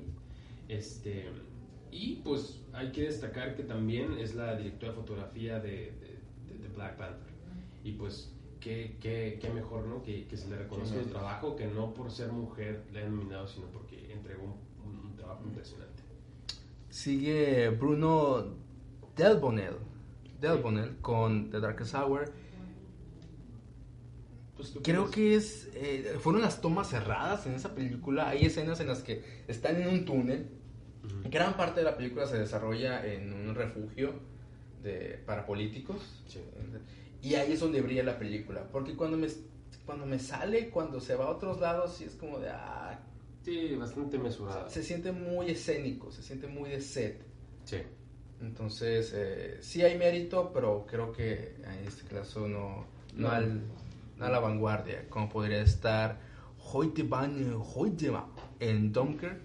B: Y pues hay que destacar que también es la directora de fotografía de Black Panther. Y pues qué mejor, ¿no? Que se le reconozca el trabajo, que no por ser mujer le han nominado, sino porque entregó un trabajo impresionante.
A: Sigue Bruno Delbonnel con The Darkest Hour.
B: Pues, ¿tú
A: Creo
B: crees?
A: que fueron las tomas cerradas en esa película. Hay escenas en las que están en un túnel.
B: Ujú.
A: Gran parte de la película se desarrolla en un refugio para políticos.
B: Sí.
A: Y ahí es donde brilla la película. Porque cuando se va a otros lados, sí es como de...
B: Sí, bastante mesurada.
A: se siente muy escénico, se siente muy de set.
B: Sí.
A: Entonces, sí hay mérito, pero creo que en este caso no a la vanguardia, como podría estar Hoytema en Dunkirk.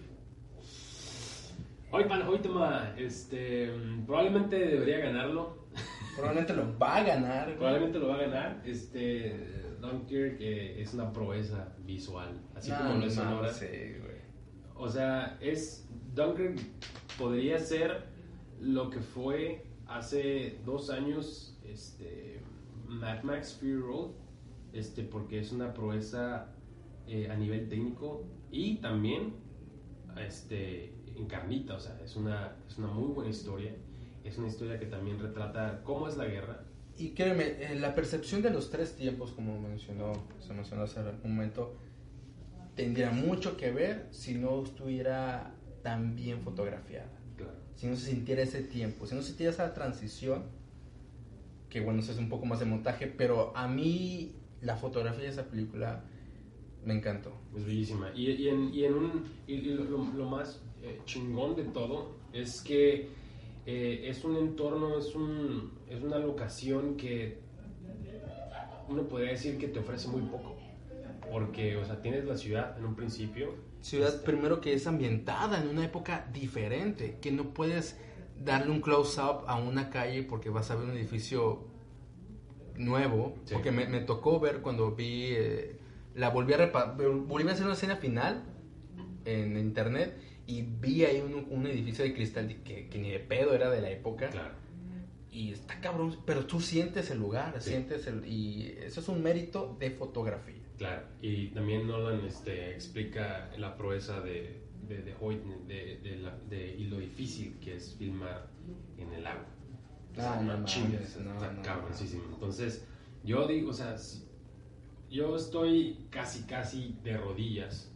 B: Hoytema, probablemente debería ganarlo.
A: Probablemente lo va a ganar.
B: Probablemente lo va a ganar. Dunkirk es una proeza visual, así como lo es sonora.
A: Sí, güey.
B: O sea, Dunkirk podría ser lo que fue hace 2 años Mad Max Fury Road, porque es una proeza a nivel técnico, y también encarnita. O sea, es una muy buena historia. Es una historia que también retrata cómo es la guerra.
A: Y créeme, la percepción de los 3 tiempos, como se mencionó hace un momento, tendría mucho que ver si no estuviera tan bien fotografiada.
B: Claro.
A: Si no se sintiera ese tiempo, si no se sintiera esa transición, que bueno, eso es un poco más de montaje, pero a mí la fotografía de esa película me encantó.
B: Es bellísima. Y lo más chingón de todo es que es un entorno, es una locación que uno podría decir que te ofrece muy poco. Porque, o sea, tienes la ciudad en un principio.
A: Ciudad primero que es ambientada en una época diferente, que no puedes darle un close-up a una calle porque vas a ver un edificio nuevo.
B: Sí.
A: Porque me tocó ver cuando vi, volví a hacer una escena final en internet y vi ahí un edificio de cristal que ni de pedo era de la época.
B: Claro.
A: Y está cabrón, pero tú sientes el lugar,
B: Sí.
A: y eso es un mérito de fotografía.
B: Claro. Y también Nolan explica la proeza de Hoyt, y lo difícil que es filmar en el agua.
A: No
B: chingas,
A: mames, no,
B: está
A: no.
B: cabroncísimo. Entonces, yo digo, o sea, yo estoy casi de rodillas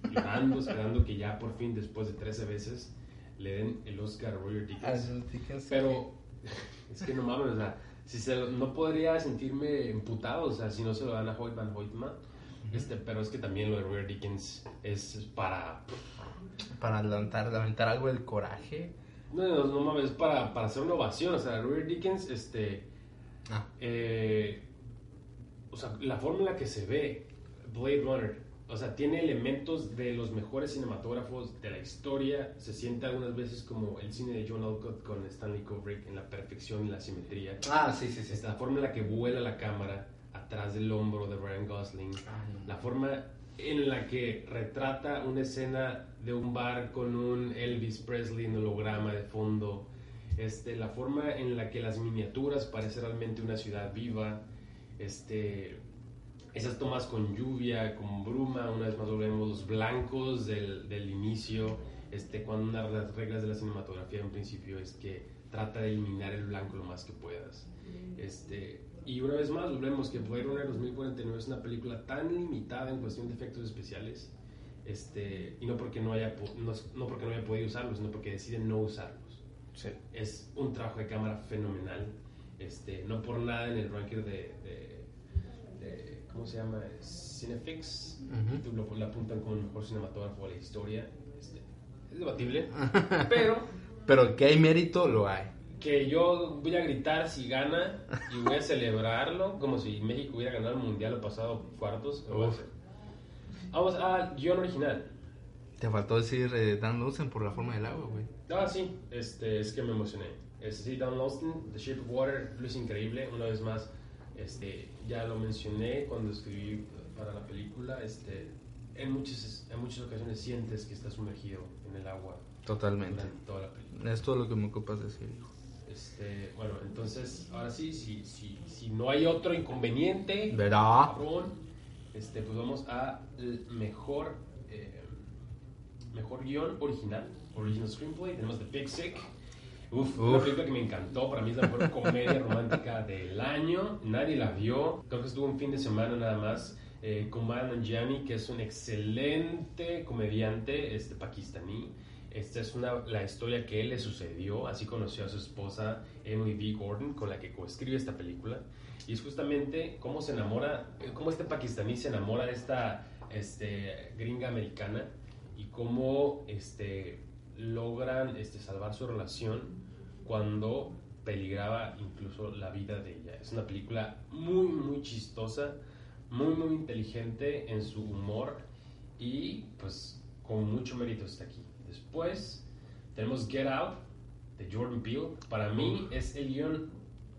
B: llorando, esperando que ya por fin, después de 13 veces, le den el Oscar a Roger Deakins. Pero es que no mames, o sea, no podría sentirme emputado, o sea, si no se lo dan a Hoyt Van Hoytema. Pero es que también lo de Roger Deakins es para
A: lamentar algo del coraje.
B: No mames, es para hacer una ovación. O sea, Roger Deakins, o sea, la forma en la que se ve Blade Runner, o sea, tiene elementos de los mejores cinematógrafos de la historia. Se siente algunas veces como el cine de John Alcott con Stanley Kubrick en la perfección y la simetría.
A: Sí.
B: La forma en la que vuela la cámara atrás del hombro de Ryan Gosling, la forma en la que retrata una escena de un bar con un Elvis Presley en holograma de fondo, la forma en la que las miniaturas parecen realmente una ciudad viva, esas tomas con lluvia, con bruma, una vez más volvemos los blancos del inicio, cuando una de las reglas de la cinematografía en principio es que trata de eliminar el blanco lo más que puedas. Y una vez más volvemos que Blade Runner 2049 es una película tan limitada en cuestión de efectos especiales, y no porque no haya podido usarlos, sino porque deciden no usarlos.
A: Sí.
B: Es un trabajo de cámara fenomenal, no por nada en el ranking de ¿cómo se llama? Cinefix, la apuntan como el mejor cinematógrafo de la historia. Es debatible,
A: pero que hay mérito, lo hay.
B: Que yo voy a gritar si gana y voy a celebrarlo como si México hubiera ganado el mundial o pasado cuartos. Vamos al guión original.
A: Te faltó decir Dan Lawson por La forma del agua, güey.
B: Sí, es que me emocioné. Sí, Dan Lawson, The Shape of Water, lo es increíble. Una vez más, ya lo mencioné cuando escribí para la película. En muchas ocasiones sientes que estás sumergido en el agua.
A: Totalmente.
B: Durante toda la película.
A: Es todo lo que me ocupas decir, hijo.
B: Bueno, entonces, ahora sí, si no hay otro inconveniente,
A: ¿verdad?
B: Cabrón, pues vamos a mejor guión original screenplay. Tenemos The Big Sick. Una película que me encantó, para mí es la mejor comedia romántica del año. Nadie la vio, creo que estuvo un fin de semana nada más. Kumail Nanjiani, que es un excelente comediante pakistaní. Esta es la historia que él le sucedió, así conoció a su esposa Emily V. Gordon, con la que coescribe esta película, y es justamente cómo este pakistaní se enamora de esta gringa americana, y cómo logran salvar su relación cuando peligraba incluso la vida de ella. Es una película muy, muy chistosa, muy, muy inteligente en su humor, y pues con mucho mérito está aquí. Después tenemos Get Out de Jordan Peele. Para mí es el guión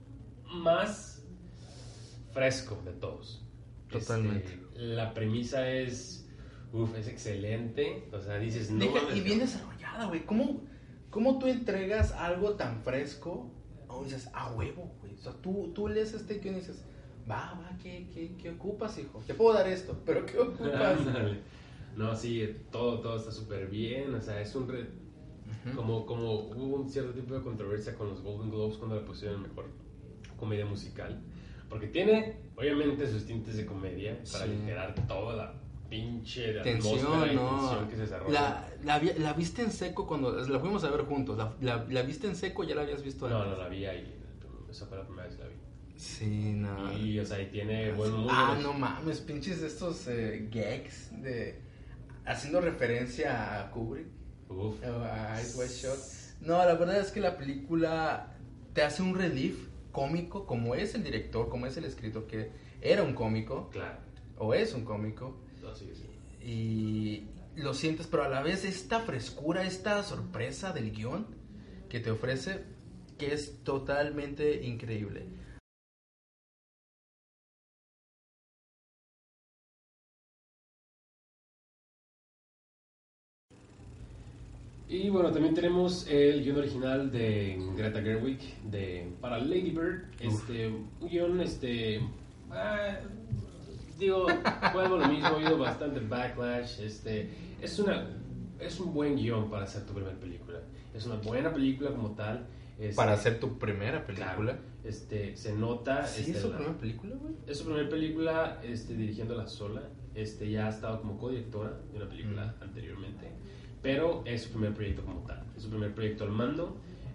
B: más fresco de todos.
A: Totalmente.
B: La premisa es excelente. O sea, dices, no mames,
A: y bien desarrollada, güey. ¿Cómo tú entregas algo tan fresco? O dices, a huevo, güey. O sea, tú lees guión y dices, va, ¿qué ocupas, hijo? Te puedo dar esto, pero ¿qué ocupas?
B: No, sí, todo está súper bien. O sea, es como hubo un cierto tipo de controversia con los Golden Globes cuando le pusieron mejor comedia musical, porque tiene obviamente sus tintes de comedia para aligerar toda la pinche atmósfera y tensión que se desarrolla.
A: La viste en seco cuando la fuimos a ver juntos. ¿La viste en seco? ¿Ya la habías visto antes?
B: No, la vi ahí. Esa fue la primera vez que la vi.
A: Sí, no.
B: Y, o sea, y tiene buenos.
A: No mames, pinches estos gags haciendo referencia a Kubrick. A Eyes Wide Shut. No, la verdad es que la película te hace un relief cómico, como es el director, como es el escritor, que era un cómico.
B: Claro.
A: O es un cómico.
B: Sí.
A: Y lo sientes, pero a la vez esta frescura, esta sorpresa del guión que te ofrece, que es totalmente increíble.
B: Y bueno, también tenemos el guión original de Greta Gerwig para Lady Bird. Un guión, vuelvo lo mismo, ha habido bastante backlash. Es un buen guión para hacer tu primera película. Es una buena película como tal.
A: Para hacer tu primera película.
B: Claro, se nota.
A: ¿Sí es su primera película, güey?
B: Es su primera película dirigiéndola sola. ya ha estado como codirectora de una película anteriormente, pero es su primer proyecto como tal, es su primer proyecto al mando.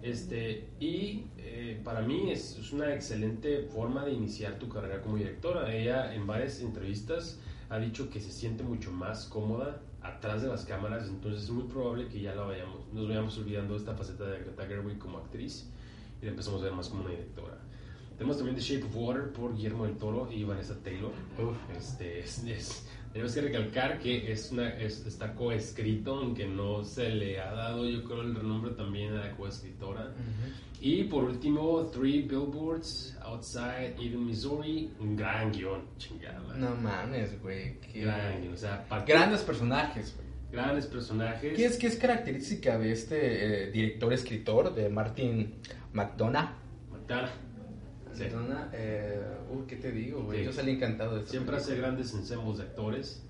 B: Para mí es una excelente forma de iniciar tu carrera como directora. Ella en varias entrevistas ha dicho que se siente mucho más cómoda atrás de las cámaras, entonces es muy probable que ya nos vayamos olvidando de esta faceta de Greta Gerwig como actriz y la empezamos a ver más como una directora. Tenemos también The Shape of Water por Guillermo del Toro y Vanessa Taylor. Tenemos que recalcar que está coescrito, aunque no se le ha dado, yo creo, el renombre también a la coescritora. Y por último, Three Billboards Outside Ebbing, Missouri. Un gran guión, chingada madre.
A: No mames, güey.
B: Gran guión, o sea,
A: grandes personajes, güey.
B: Grandes personajes.
A: ¿Qué es característica de este director-escritor, de Martin McDonagh?
B: Sí.
A: ¿Qué te digo, güey?
B: Sí.
A: Yo salí encantado de esto.
B: Siempre hace grandes ensembles de actores.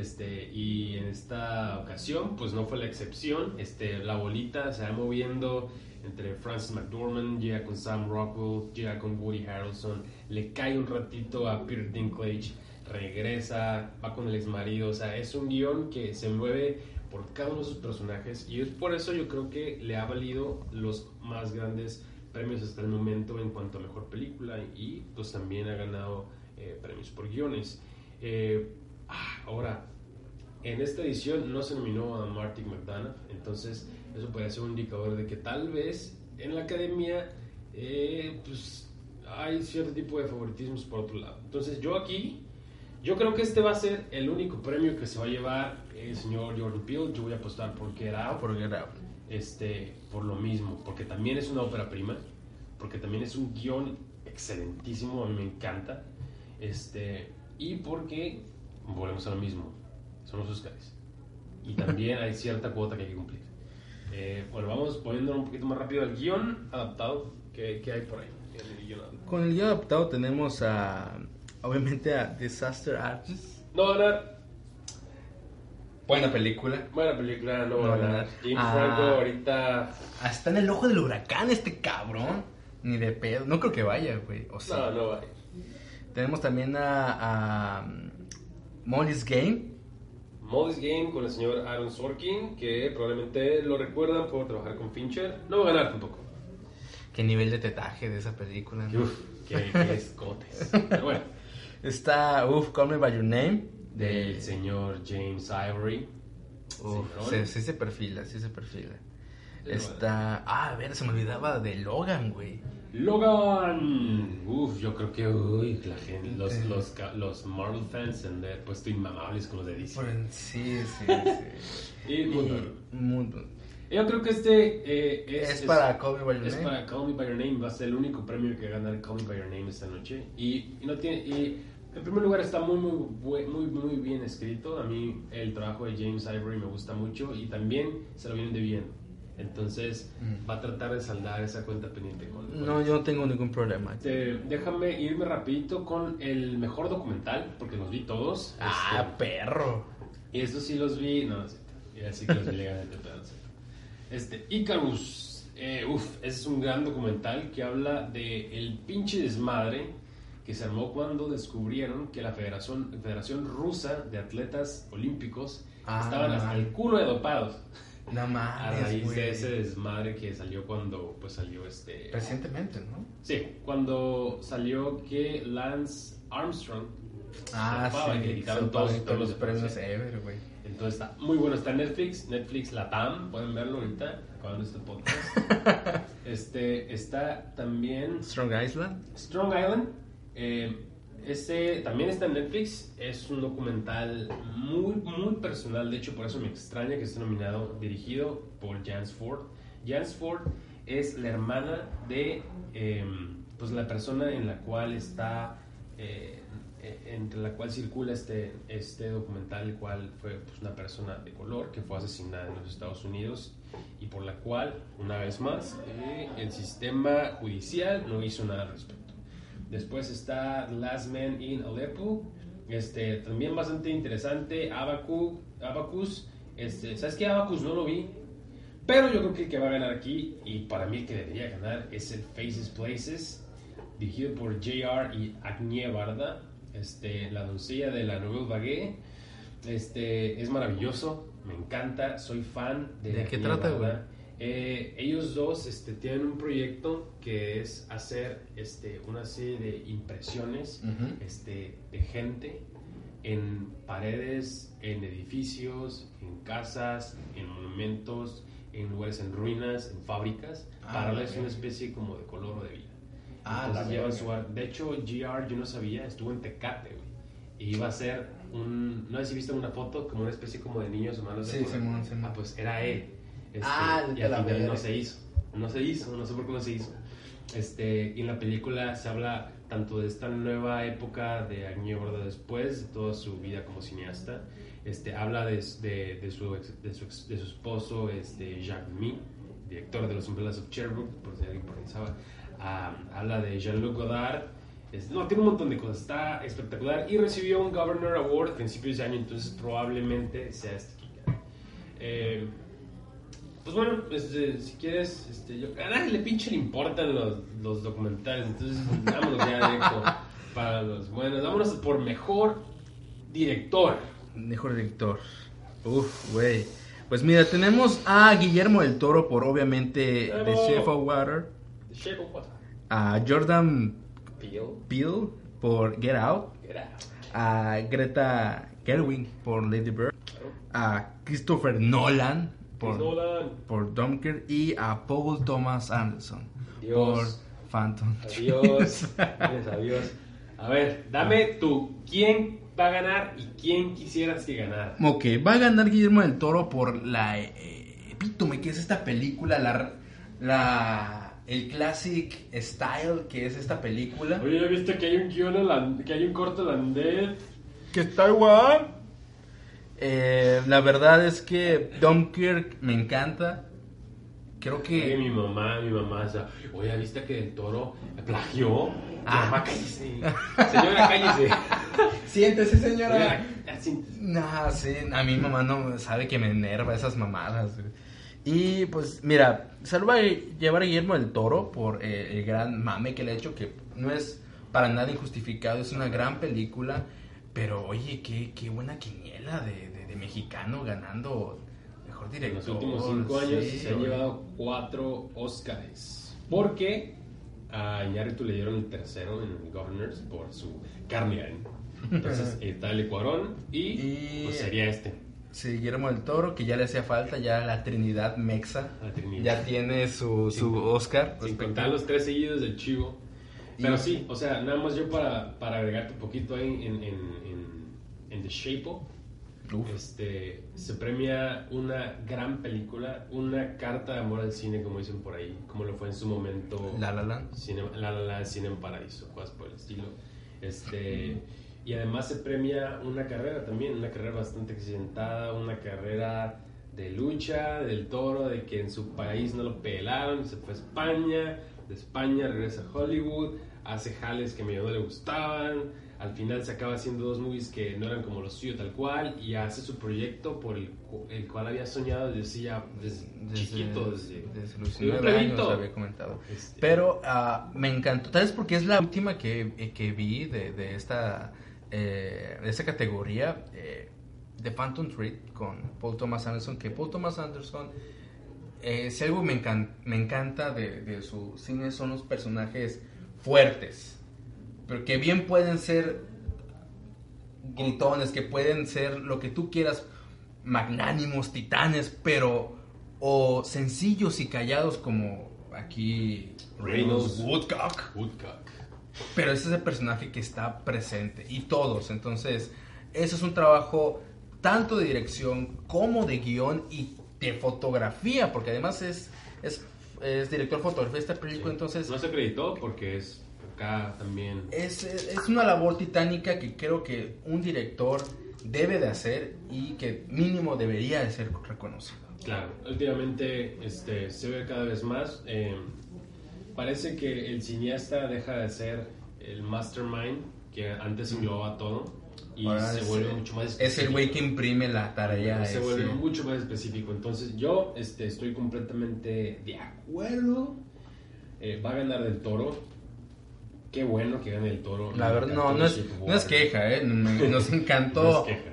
B: Y en esta ocasión, pues no fue la excepción. La bolita se va moviendo entre Frances McDormand, llega con Sam Rockwell, llega con Woody Harrelson, le cae un ratito a Peter Dinklage, regresa, va con el exmarido. O sea, es un guión que se mueve por cada uno de sus personajes y es por eso yo creo que le ha valido los más grandes premios hasta el momento en cuanto a mejor película y pues también ha ganado premios por guiones. Ahora, en esta edición no se nominó a Martin McDonagh, entonces eso puede ser un indicador de que tal vez en la academia pues hay cierto tipo de favoritismos por otro lado. Entonces yo creo que este va a ser el único premio que se va a llevar el señor Jordan Peele. Yo voy a apostar por Get Out. Por lo mismo, porque también es una ópera prima, porque también es un guión excelentísimo, a mí me encanta, y porque volvemos a lo mismo, son los Oscars y también hay cierta cuota que hay que cumplir. Bueno, vamos poniéndolo un poquito más rápido al guión adaptado. ¿Qué hay por ahí?
A: Con el guión adaptado tenemos obviamente a Disaster Artist.
B: No va a ganar.
A: Buena película,
B: no va a ganar. James Franco ahorita
A: está en el ojo del huracán este cabrón. Ni de pedo, no creo que vaya, güey.
B: No vaya.
A: Tenemos también a Molly's Game
B: con el señor Aaron Sorkin, que probablemente lo recuerdan por trabajar con Fincher. No va a ganar tampoco.
A: Qué nivel de tetaje de esa película, ¿no?
B: Qué escotes. Pero bueno.
A: Está Call Me By Your Name
B: del señor James Ivory.
A: Sí se perfila. Está... a ver, se me olvidaba de Logan, güey.
B: Yo creo que la gente, los Marvel fans han puesto inmamables con los de DC.
A: Sí.
B: Y
A: Mundo.
B: Yo creo que
A: es para Call Me By Your Name.
B: Es para Call Me By Your Name. Va a ser el único premio que gana Call Me By Your Name esta noche. Y en primer lugar está muy bien escrito. A mí el trabajo de James Ivory me gusta mucho y también se lo vienen de bien. Entonces va a tratar de saldar esa cuenta pendiente con
A: no, yo no tengo ningún problema.
B: Déjame irme rapidito con el mejor documental, porque los vi todos.
A: Perro.
B: Y estos sí los vi. No sé. Sí que los vi legalmente, pero no sé. Icarus. Ese es un gran documental que habla de el pinche desmadre que se armó cuando descubrieron que la Federación Rusa de Atletas Olímpicos estaban hasta el culo de dopados.
A: No mames,
B: a raíz de ese desmadre que salió cuando pues salió
A: recientemente, ¿no?
B: Sí, cuando salió que Lance Armstrong
A: sí,
B: que le quitaron todos los
A: premios ever, güey.
B: Entonces está muy bueno, está en Netflix Latam, pueden verlo ahorita acabando este podcast. Está también
A: Strong Island.
B: También está en Netflix. Es un documental muy personal. De hecho, por eso me extraña que esté nominado. Dirigido por Jans Ford. Jans Ford es la hermana de pues la persona en la cual está entre la cual circula este documental, el cual fue pues, una persona de color que fue asesinada en los Estados Unidos y por la cual, una vez más, el sistema judicial no hizo nada al respecto. Después está Last Man in Aleppo, también bastante interesante. Abacus, ¿sabes qué? Abacus no lo vi, pero yo creo que el que va a ganar aquí, y para mí el que debería ganar, es el Faces Places, dirigido por J.R. y Agne Barda, la doncella de la Nouvelle Vague. es maravilloso, me encanta, soy fan de
A: ¿De
B: la
A: qué
B: Niña
A: trata, güey?
B: Barda. Ellos dos tienen un proyecto que es hacer una serie de impresiones
A: Ujú.
B: de gente en paredes, en edificios, en casas, en monumentos, en lugares en ruinas, en fábricas, para darles
A: verga.
B: una especie como de color o de vida.
A: Ah,
B: Entonces
A: la
B: llevan
A: verga.
B: su arte. De hecho, GR, yo no sabía, estuvo en Tecate, güey. Y iba a ser no sé si viste una foto, como una especie como de niños humanos.
A: Sí, Simón.
B: Ah, pues era él.
A: De
B: y al
A: la
B: final
A: verga.
B: no se hizo, no sé por qué no se hizo. Y en la película se habla tanto de esta nueva época de Año Gordo después, de toda su vida como cineasta. Habla de su esposo, Jacques Demy, director de Los Umbrellas of Cherbourg, por si alguien pensaba. Habla de Jean-Luc Godard. No, tiene un montón de cosas, está espectacular. Y recibió un Governor Award a principios de año, entonces probablemente sea pues bueno, si quieres, a nadie le importan los documentales, entonces vámonos ya directo para los buenos. Vámonos por mejor director.
A: Mejor director. Uf, güey. Pues mira, tenemos a Guillermo del Toro por obviamente The
B: ¡Bravo!
A: Shape of Water.
B: The Shape of Water.
A: A Jordan
B: Peele.
A: Peele por Get Out.
B: Get Out.
A: A Greta Gerwig por Lady Bird. A Christopher Nolan
B: Chris Nolan.
A: por Dunkirk. Y a Paul Thomas Anderson
B: Dios.
A: por Phantom.
B: Adiós. Adiós. A ver, dame tú. ¿Quién va a ganar y quién quisieras que ganara?
A: Ok, va a ganar Guillermo del Toro por la epítome que es esta película, el classic style que es esta película.
B: Oye, ¿ya viste que hay un que hay un corto holandés?
A: Que está igual. La verdad es que Dunkirk me encanta. Creo
B: Oye,
A: que
B: mi mamá, o sea, oye, ¿viste que el Toro plagió? Mamá, cállese. Señora, cállese.
A: siéntese, señora.
B: Ya, siéntese.
A: No, sí, a mi mamá no sabe que me enerva esas mamadas. Güey. Y pues mira, se lo va a llevar a Guillermo del Toro por el gran mame que le ha hecho, que no es para nada injustificado, es una gran película, pero oye, qué buena quiniela de mexicano ganando mejor
B: En
A: director.
B: los últimos 5 años
A: sí,
B: se han
A: oye.
B: llevado 4 Óscares. Porque a Iñárritu le dieron el tercero en Governors por su Carnigan. Entonces está el Cuarón y pues sería
A: Sí, Guillermo del Toro, que ya le hacía falta, ya la Trinidad Mexa,
B: La Trinidad.
A: ya tiene su Oscar.
B: Sin contar los 3 seguidos del Chivo. Pero sí, o sea, nada más yo para agregarte un poquito ahí en The Shape of,
A: Uf.
B: se premia una gran película, una carta de amor al cine, como dicen por ahí, como lo fue en su momento
A: La La Land.
B: Cine en Paraíso, cosas por el estilo. Y además se premia una carrera también, una carrera bastante accidentada, una carrera de lucha del Toro, de que en su país no lo pelaron, se fue a España, de España regresa a Hollywood, hace jales que a medio no le gustaban, al final se acaba haciendo 2 movies que no eran como los suyos tal cual, y hace su proyecto por el cual había soñado desde chiquito, desde
A: los
B: un
A: 9 años
B: plebito.
A: había comentado. Pero me encantó, tal vez porque es la última que vi de esta categoría, The Phantom Thread con Paul Thomas Anderson, que Paul Thomas Anderson, si algo me encanta de su cine son los personajes fuertes, pero que bien pueden ser gritones, que pueden ser lo que tú quieras, magnánimos, titanes, pero o sencillos y callados como aquí Reynolds Woodcock. Pero ese es el personaje que está presente y todos, entonces eso es un trabajo tanto de dirección como de guión y de fotografía, porque además es director de fotografía de esta película,
B: Sí.
A: entonces
B: No se acreditó porque es acá también.
A: es una labor titánica que creo que un director debe de hacer y que mínimo debería de ser reconocido.
B: Claro, últimamente se ve cada vez más. Parece que el cineasta deja de ser el mastermind que antes englobaba todo y
A: Ahora
B: se vuelve mucho más específico.
A: es el güey que imprime la tarea.
B: Se vuelve mucho más específico. Entonces yo estoy completamente de acuerdo. Va a ganar del Toro. Qué bueno que gane el Toro.
A: La
B: Me
A: verdad,
B: encantó
A: no
B: Shape of
A: es
B: Water.
A: queja, nos encantó
B: No es queja.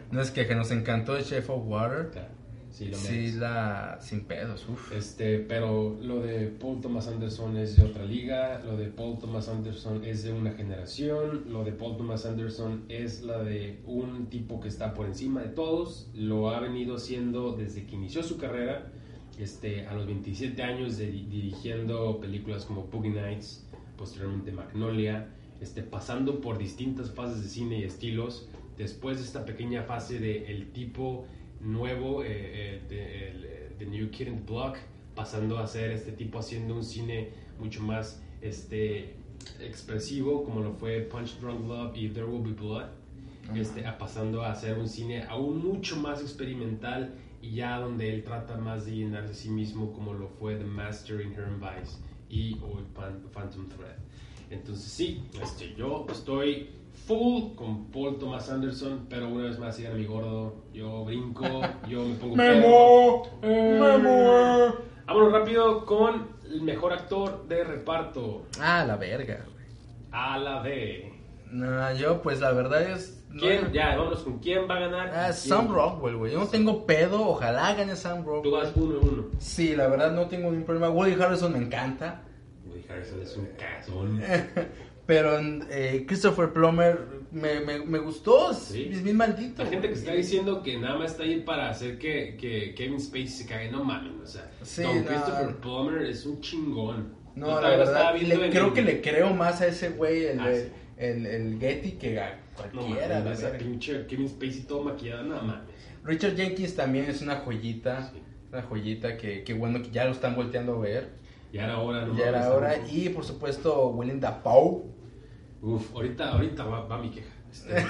A: No es que nos encantó el Shape of Water.
B: Claro, sí, lo
A: Sí,
B: merece.
A: sin pedos, uf.
B: Pero lo de Paul Thomas Anderson es de otra liga, lo de Paul Thomas Anderson es de una generación, lo de Paul Thomas Anderson es la de un tipo que está por encima de todos, lo ha venido haciendo desde que inició su carrera, a los 27 años dirigiendo películas como Boogie Nights, posteriormente Magnolia, pasando por distintas fases de cine y estilos, después de esta pequeña fase de el tipo nuevo, The New Kid on the Block, pasando a ser este tipo haciendo un cine mucho más expresivo, como lo fue Punch Drunk Love y There Will Be Blood, pasando a hacer un cine aún mucho más experimental y ya donde él trata más de llenarse a sí mismo, como lo fue The Master, Inherent Vice y hoy Phantom Thread. Entonces sí, yo estoy full con Paul Thomas Anderson, pero una vez más sigan a mi gordo, yo brinco, yo me pongo
A: ¡Memo!
B: Vámonos rápido con el mejor actor de reparto.
A: La verga, güey.
B: A la D.
A: No, yo pues la verdad es...
B: ¿Quién?
A: No,
B: Ya, vámonos con quién va a ganar.
A: Sam Rockwell, güey. Yo no tengo pedo, ojalá gane Sam
B: Tú
A: Rockwell.
B: vas 1-1.
A: Sí, la verdad no tengo ningún problema. Woody Harrelson me encanta.
B: Woody Harrelson es un cazón.
A: Pero Christopher Plummer me gustó.
B: Sí.
A: Es bien maldito.
B: La gente que
A: güey.
B: está diciendo que nada más está ahí para hacer que Kevin Spacey se cague, no mames, o sea,
A: Sí,
B: Don
A: no.
B: Christopher Plummer es un chingón.
A: No,
B: Yo
A: la
B: todavía lo estaba
A: verdad,
B: viendo
A: creo que le creo más a ese güey,
B: Sí.
A: el Getty, que a
B: No
A: cualquiera.
B: mames,
A: la
B: ese
A: verga.
B: pinche Kevin Spacey todo maquillado, no mames.
A: Richard Jenkins también es una joyita.
B: Sí.
A: Una joyita que bueno que ya lo están volteando a ver.
B: Ya era hora, no
A: Ya era
B: mames,
A: hora.
B: estamos-
A: Y por supuesto, Willem Dafoe.
B: Uf, ahorita va mi queja.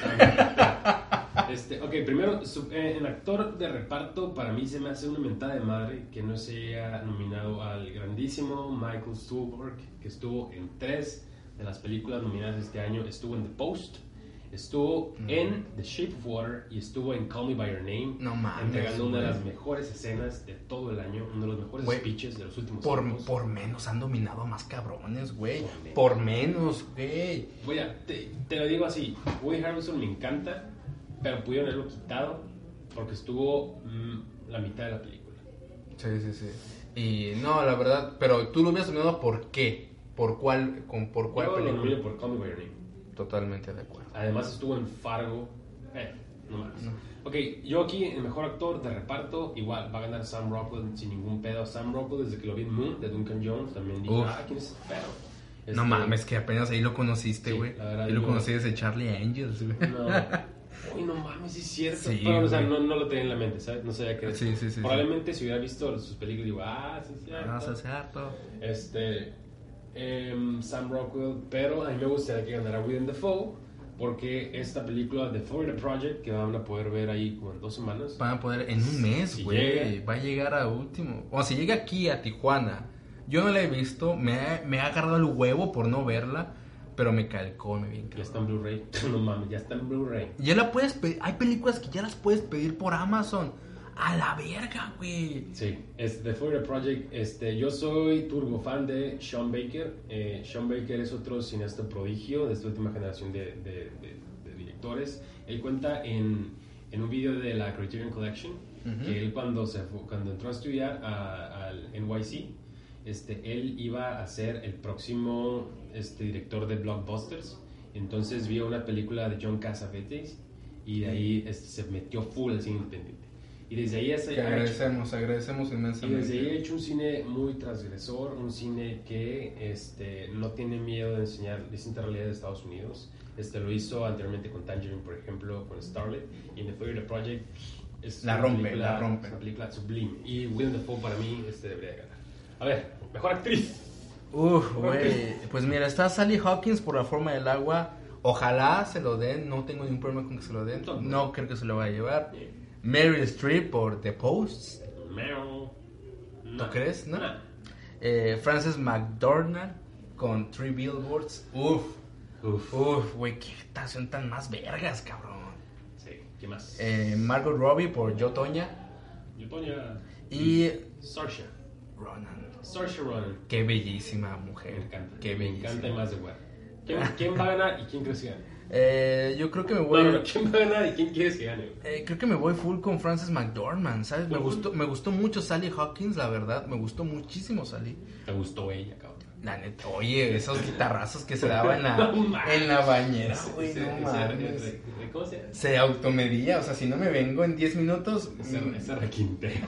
B: Ok, primero, en actor de reparto, para mí se me hace una mentada de madre que no se haya nominado al grandísimo Michael Stuhlbarg, que estuvo en 3 de las películas nominadas este año. Estuvo en The Post, estuvo en The Shape of Water y estuvo en Call Me By Your Name.
A: No mames,
B: entregando una de
A: güey.
B: las mejores escenas de todo el año, uno de los mejores
A: Güey,
B: speeches de los últimos
A: Por
B: tiempos.
A: menos han dominado a más cabrones, güey.
B: Por
A: Por menos, güey.
B: Te lo digo así, Woody Harrelson me encanta, pero pudieron haberlo quitado porque estuvo la mitad de la película.
A: Sí. Y no, la verdad, pero tú lo hubieras dominado ¿por qué? ¿Por cuál
B: Yo lo
A: película?
B: nomino por Call Me By Your Name.
A: Totalmente de acuerdo.
B: Además estuvo en Fargo. No más. Ok, yo aquí el mejor actor de reparto, igual va a ganar Sam Rockwell sin ningún pedo. Sam Rockwell, desde que lo vi en Moon de Duncan Jones, también dije,
A: Uf.
B: ¿quién es ese pedo?
A: No mames, que apenas ahí lo conociste,
B: Sí,
A: güey.
B: la verdad,
A: Yo lo
B: yo-
A: conocí desde Charlie Angels, güey.
B: No. Uy, no mames, sí es cierto.
A: Sí,
B: pero, o sea,
A: güey.
B: no lo tenía en la mente, ¿sabes? No sabía que
A: Sí.
B: Probablemente si hubiera visto sus películas, digo, sí es cierto.
A: No, es cierto.
B: Sam Rockwell, pero a mí me gustaría que ganara Willem Dafoe, porque esta película The Florida Project, que van a poder ver ahí como en 2 semanas,
A: Van a poder en un mes,
B: Si
A: güey.
B: llega.
A: Va a llegar a último. O si llega aquí a Tijuana. Yo no la he visto. Me ha agarrado el huevo por no verla. Pero me calcó, me bien
B: ya está en Blu-ray. No mames, ya está en Blu-ray.
A: Ya la puedes pedir. Hay películas que ya las puedes pedir por Amazon. A la verga, güey.
B: Sí, es The Florida Project. Yo soy turbo fan de Sean Baker. Sean Baker es otro cineasta prodigio de esta última generación de directores. Él cuenta en un video de la Criterion Collection que él cuando entró a estudiar al NYC, él iba a ser el próximo director de blockbusters. Entonces vio una película de John Cassavetes y de ahí se metió full al cine independiente. Y desde ahí
A: Agradecemos
B: y
A: inmensamente.
B: desde ahí he hecho un cine muy transgresor, un cine que no tiene miedo de enseñar distintas realidades de Estados Unidos. Lo hizo anteriormente con Tangerine, por ejemplo, con Starlet, y en The Florida Project es
A: La
B: una
A: rompe,
B: película-
A: la rompe.
B: es una película sublime. Y Willem Dafoe para mí debería de ganar. A ver, mejor actriz.
A: Uf, güey. Pues mira, está Sally Hawkins por La Forma del Agua. Ojalá se lo den. No tengo ningún problema con que se lo den. No creo que se lo vaya a llevar. Meryl Streep por The Post.
B: Meryl.
A: ¿Tú crees? No.
B: Nah.
A: Frances McDormand con Three Billboards. Uf, güey, qué estación tan más vergas, cabrón.
B: Sí, ¿qué más?
A: Margot Robbie por Yo, Tonya.
B: Yo ponía
A: Y
B: Saoirse
A: Ronan.
B: Ronan.
A: Qué bellísima mujer.
B: Me encanta.
A: Qué
B: Me encanta y
A: bellísima.
B: más de güey. ¿Quién va a ganar y quién crees que gana?
A: Yo creo que me voy...
B: No, ¿quién va a ganar y quién quieres que gane?
A: creo que me voy full con Frances McDormand, ¿sabes? Me gustó mucho Sally Hawkins, la verdad. Me gustó muchísimo Sally.
B: ¿Te gustó ella, cabrón?
A: La neta, oye, esos guitarrazos que se daban en la bañera, güey, no mames.
B: ¿Cómo se llama?
A: Se automedía, o sea, si no me vengo en 10 minutos...
B: Ese requinte.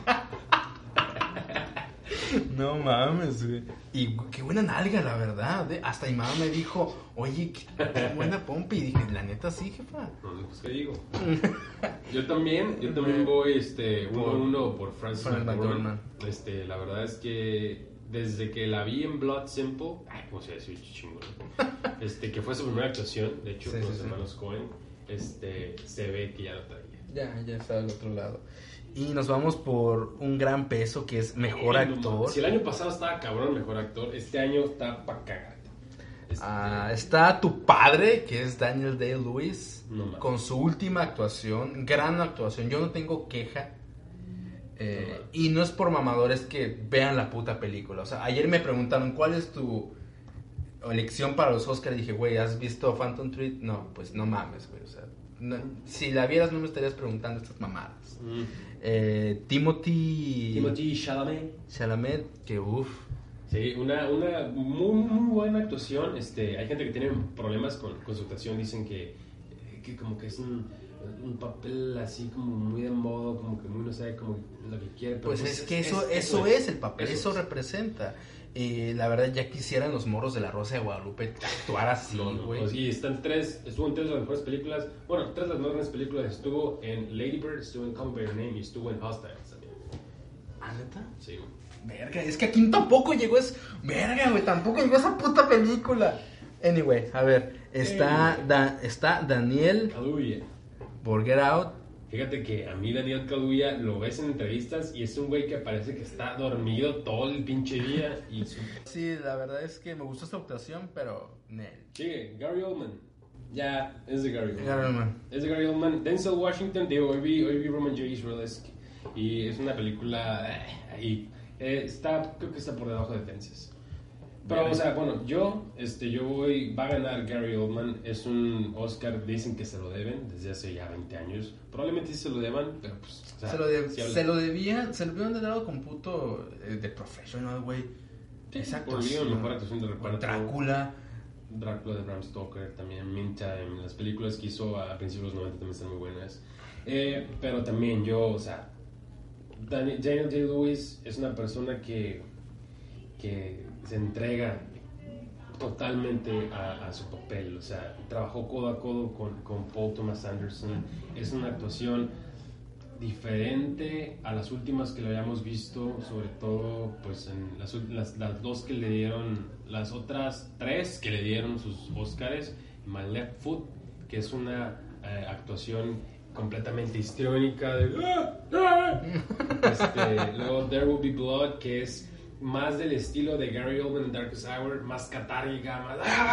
A: No mames, güey. Y qué buena nalga, la verdad, ¿eh? Hasta mi mamá me dijo, oye, qué buena pompa. Y dije, la neta sí, jefa.
B: No, pues, ¿qué digo? Yo también voy 1-1 por Frances McDormand. La verdad es que desde que la vi en Blood Simple, ¿cómo se dice? Chingón. Que fue su primera actuación, de hecho, con los hermanos Coen, se ve que ya lo traía.
A: Ya está del otro lado. Y nos vamos por un gran peso que es mejor actor.
B: Si el año pasado estaba cabrón mejor actor, este año está pa' cagarte.
A: Está tu padre, que es Daniel Day-Lewis, con su última actuación, gran actuación. Yo no tengo queja. Y no es por mamadores que vean la puta película. O sea, ayer me preguntaron, ¿cuál es tu elección para los Oscars? Y dije, güey, ¿has visto Phantom Thread? No, pues no mames, güey. O sea, si la vieras no me estarías preguntando estas mamadas. Timothée Chalamet, que uff.
B: Sí, una muy buena actuación. Hay gente que tiene problemas con su actuación. Dicen que como que es un papel así como muy de modo, como que muy no sabe como lo que quiere. Pero
A: pues es que eso es el papel, eso representa. La verdad ya quisieran los morros de La Rosa de Guadalupe actuar así, güey.
B: Pues, y estuvo en 3 de las mejores películas. Bueno, 3 de las mejores películas. Estuvo en Lady Bird, estuvo en Call Me By Your Name y estuvo en Hostiles también.
A: ¿Ah, neta?
B: Sí, güey.
A: Verga, es que aquí tampoco llegó tampoco llegó esa puta película. Anyway, a ver, está Daniel
B: Kaluuya
A: por Get Out.
B: Fíjate que a mí Daniel Kaluuya lo ves en entrevistas y es un güey que parece que está dormido todo el pinche día.
A: Sí, la verdad es que me gustó esta actuación, pero...
B: Sigue, Gary Oldman. Ya, es de Gary
A: Gary Oldman.
B: Es de Gary Oldman. Denzel Washington, digo, hoy vi Roman J. Israelski y es una película ahí. Creo que está por debajo de Fences. Pero, o sea, bueno, yo va a ganar Gary Oldman. Es un Oscar, dicen que se lo deben desde hace ya 20 años. Probablemente sí se lo deban, pero pues... O sea,
A: se lo debían de dado con puto de Professional, güey. Esa actuación.
B: Mejor actuación de reparto.
A: Drácula
B: de Bram Stoker, también Meantime. Las películas que hizo a principios de los 90 también están muy buenas. Pero también yo, o sea... Daniel Day-Lewis es una persona que se entrega totalmente a su papel, o sea, trabajó codo a codo con Paul Thomas Anderson. Es una actuación diferente a las últimas que le habíamos visto, sobre todo pues en las dos que le dieron, las otras 3 que le dieron sus Oscars. My Left Foot, que es una actuación completamente histriónica de... luego There Will Be Blood, que es más del estilo de Gary Oldman en Darkest Hour, más catárquica,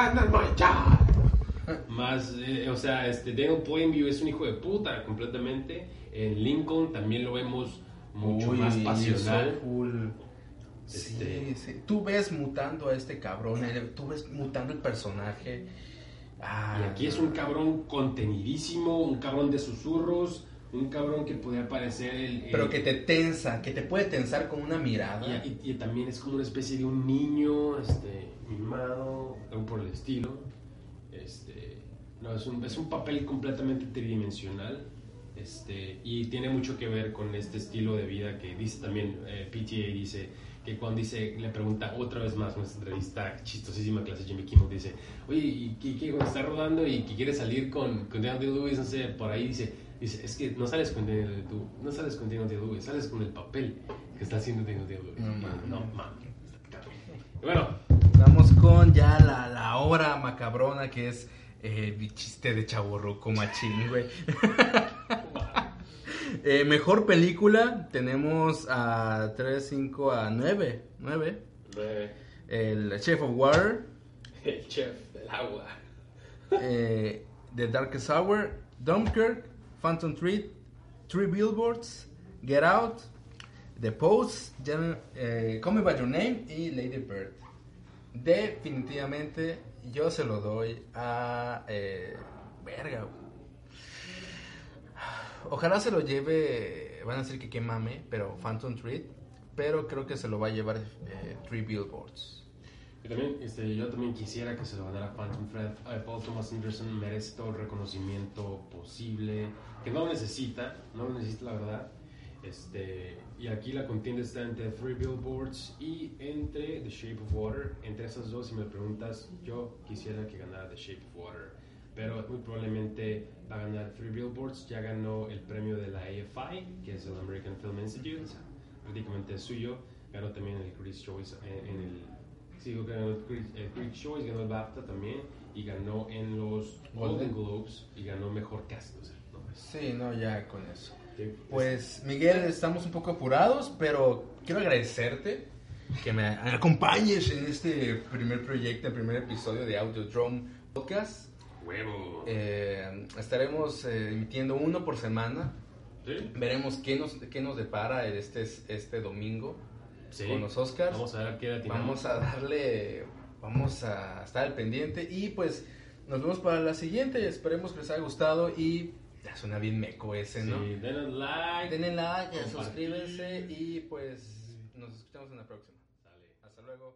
B: más o sea, Daniel Plainview es un hijo de puta completamente. En Lincoln también lo vemos mucho más pasional.
A: Sí. Tú ves mutando a este cabrón, tú ves mutando el personaje.
B: Y aquí es un cabrón contenidísimo, un cabrón de susurros, un cabrón que podría parecer
A: pero que te tensa, que te puede tensar con una mirada.
B: Y también es como una especie de un niño mimado, algo por el estilo. No, es un papel completamente tridimensional. Y tiene mucho que ver con este estilo de vida que dice también PTA, dice que cuando le pregunta otra vez más en esta entrevista chistosísima que le hace Jimmy Kimmel, dice, oye, ¿y qué cuando está rodando y que quiere salir con Daniel Day-Lewis, no sé, por ahí dice, es que no sales con Daniel Day-Lewis, sales con el papel que está haciendo Daniel Day-Lewis. No mames. Bueno,
A: vamos con ya la obra macabrona que es mi chiste de chavorruco machín, güey. Mejor película tenemos a 3, 5, a 9. El Chef of Water.
B: El Chef del Agua.
A: The Darkest Hour, Dunkirk, Phantom Thread, Three Billboards, Get Out, The Post, Call Me By Your Name y Lady Bird. Definitivamente yo se lo doy a verga, güey. Ojalá se lo lleve, van a decir que qué mame, pero Phantom Thread, pero creo que se lo va a llevar 3 Billboards.
B: Yo también quisiera que se lo ganara Phantom Thread. Paul Thomas Anderson merece todo el reconocimiento posible, que no lo necesita la verdad. Y aquí la contienda está entre 3 Billboards y entre The Shape of Water. Entre esas dos, si me preguntas, yo quisiera que ganara The Shape of Water, pero muy probablemente va a ganar 3 Billboards. Ya ganó el premio de la AFI, que es el American Film Institute, prácticamente es suyo. Ganó también el Critics' Choice ganó el Critics' Choice, ganó el BAFTA también, y ganó en los Golden Globes y ganó mejor cast.
A: Sí, no, ya con eso.
B: Sí.
A: Pues Miguel, estamos un poco apurados, pero quiero agradecerte que me acompañes en este primer proyecto, el primer episodio de Audiodrome Podcast.
B: Huevo.
A: Estaremos emitiendo uno por semana.
B: ¿Sí?
A: Veremos qué nos depara este domingo,
B: Sí.
A: con los Oscars.
B: Vamos a ver qué atinamos.
A: Vamos a estar al pendiente y pues nos vemos para la siguiente. Esperemos que les haya gustado y ya suena bien meco ese, ¿no?
B: Sí, denle like,
A: suscríbanse y pues nos escuchamos en la próxima.
B: Sale.
A: Hasta luego.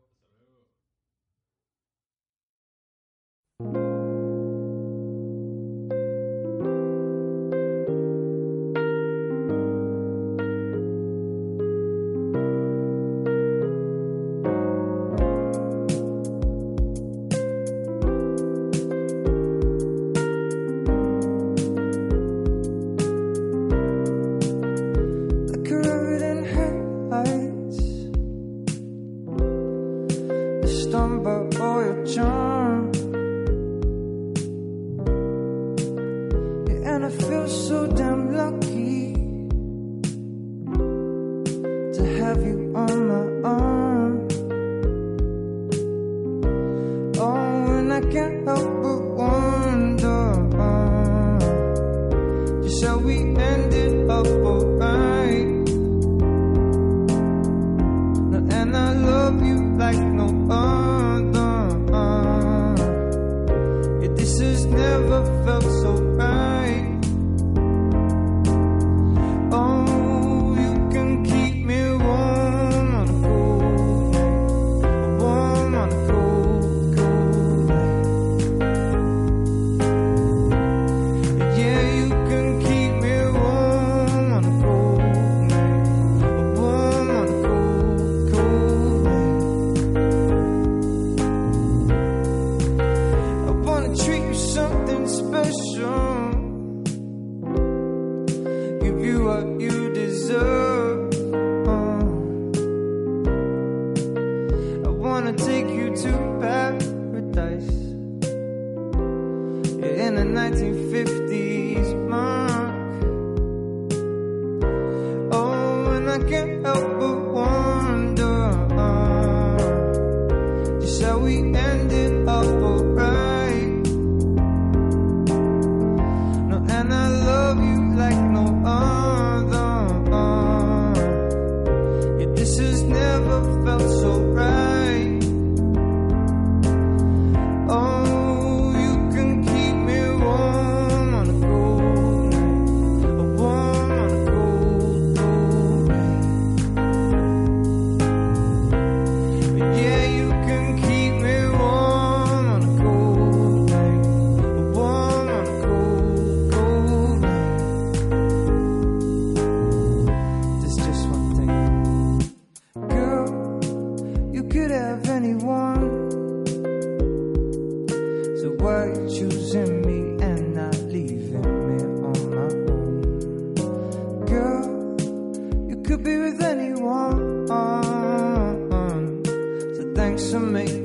D: Thanks for making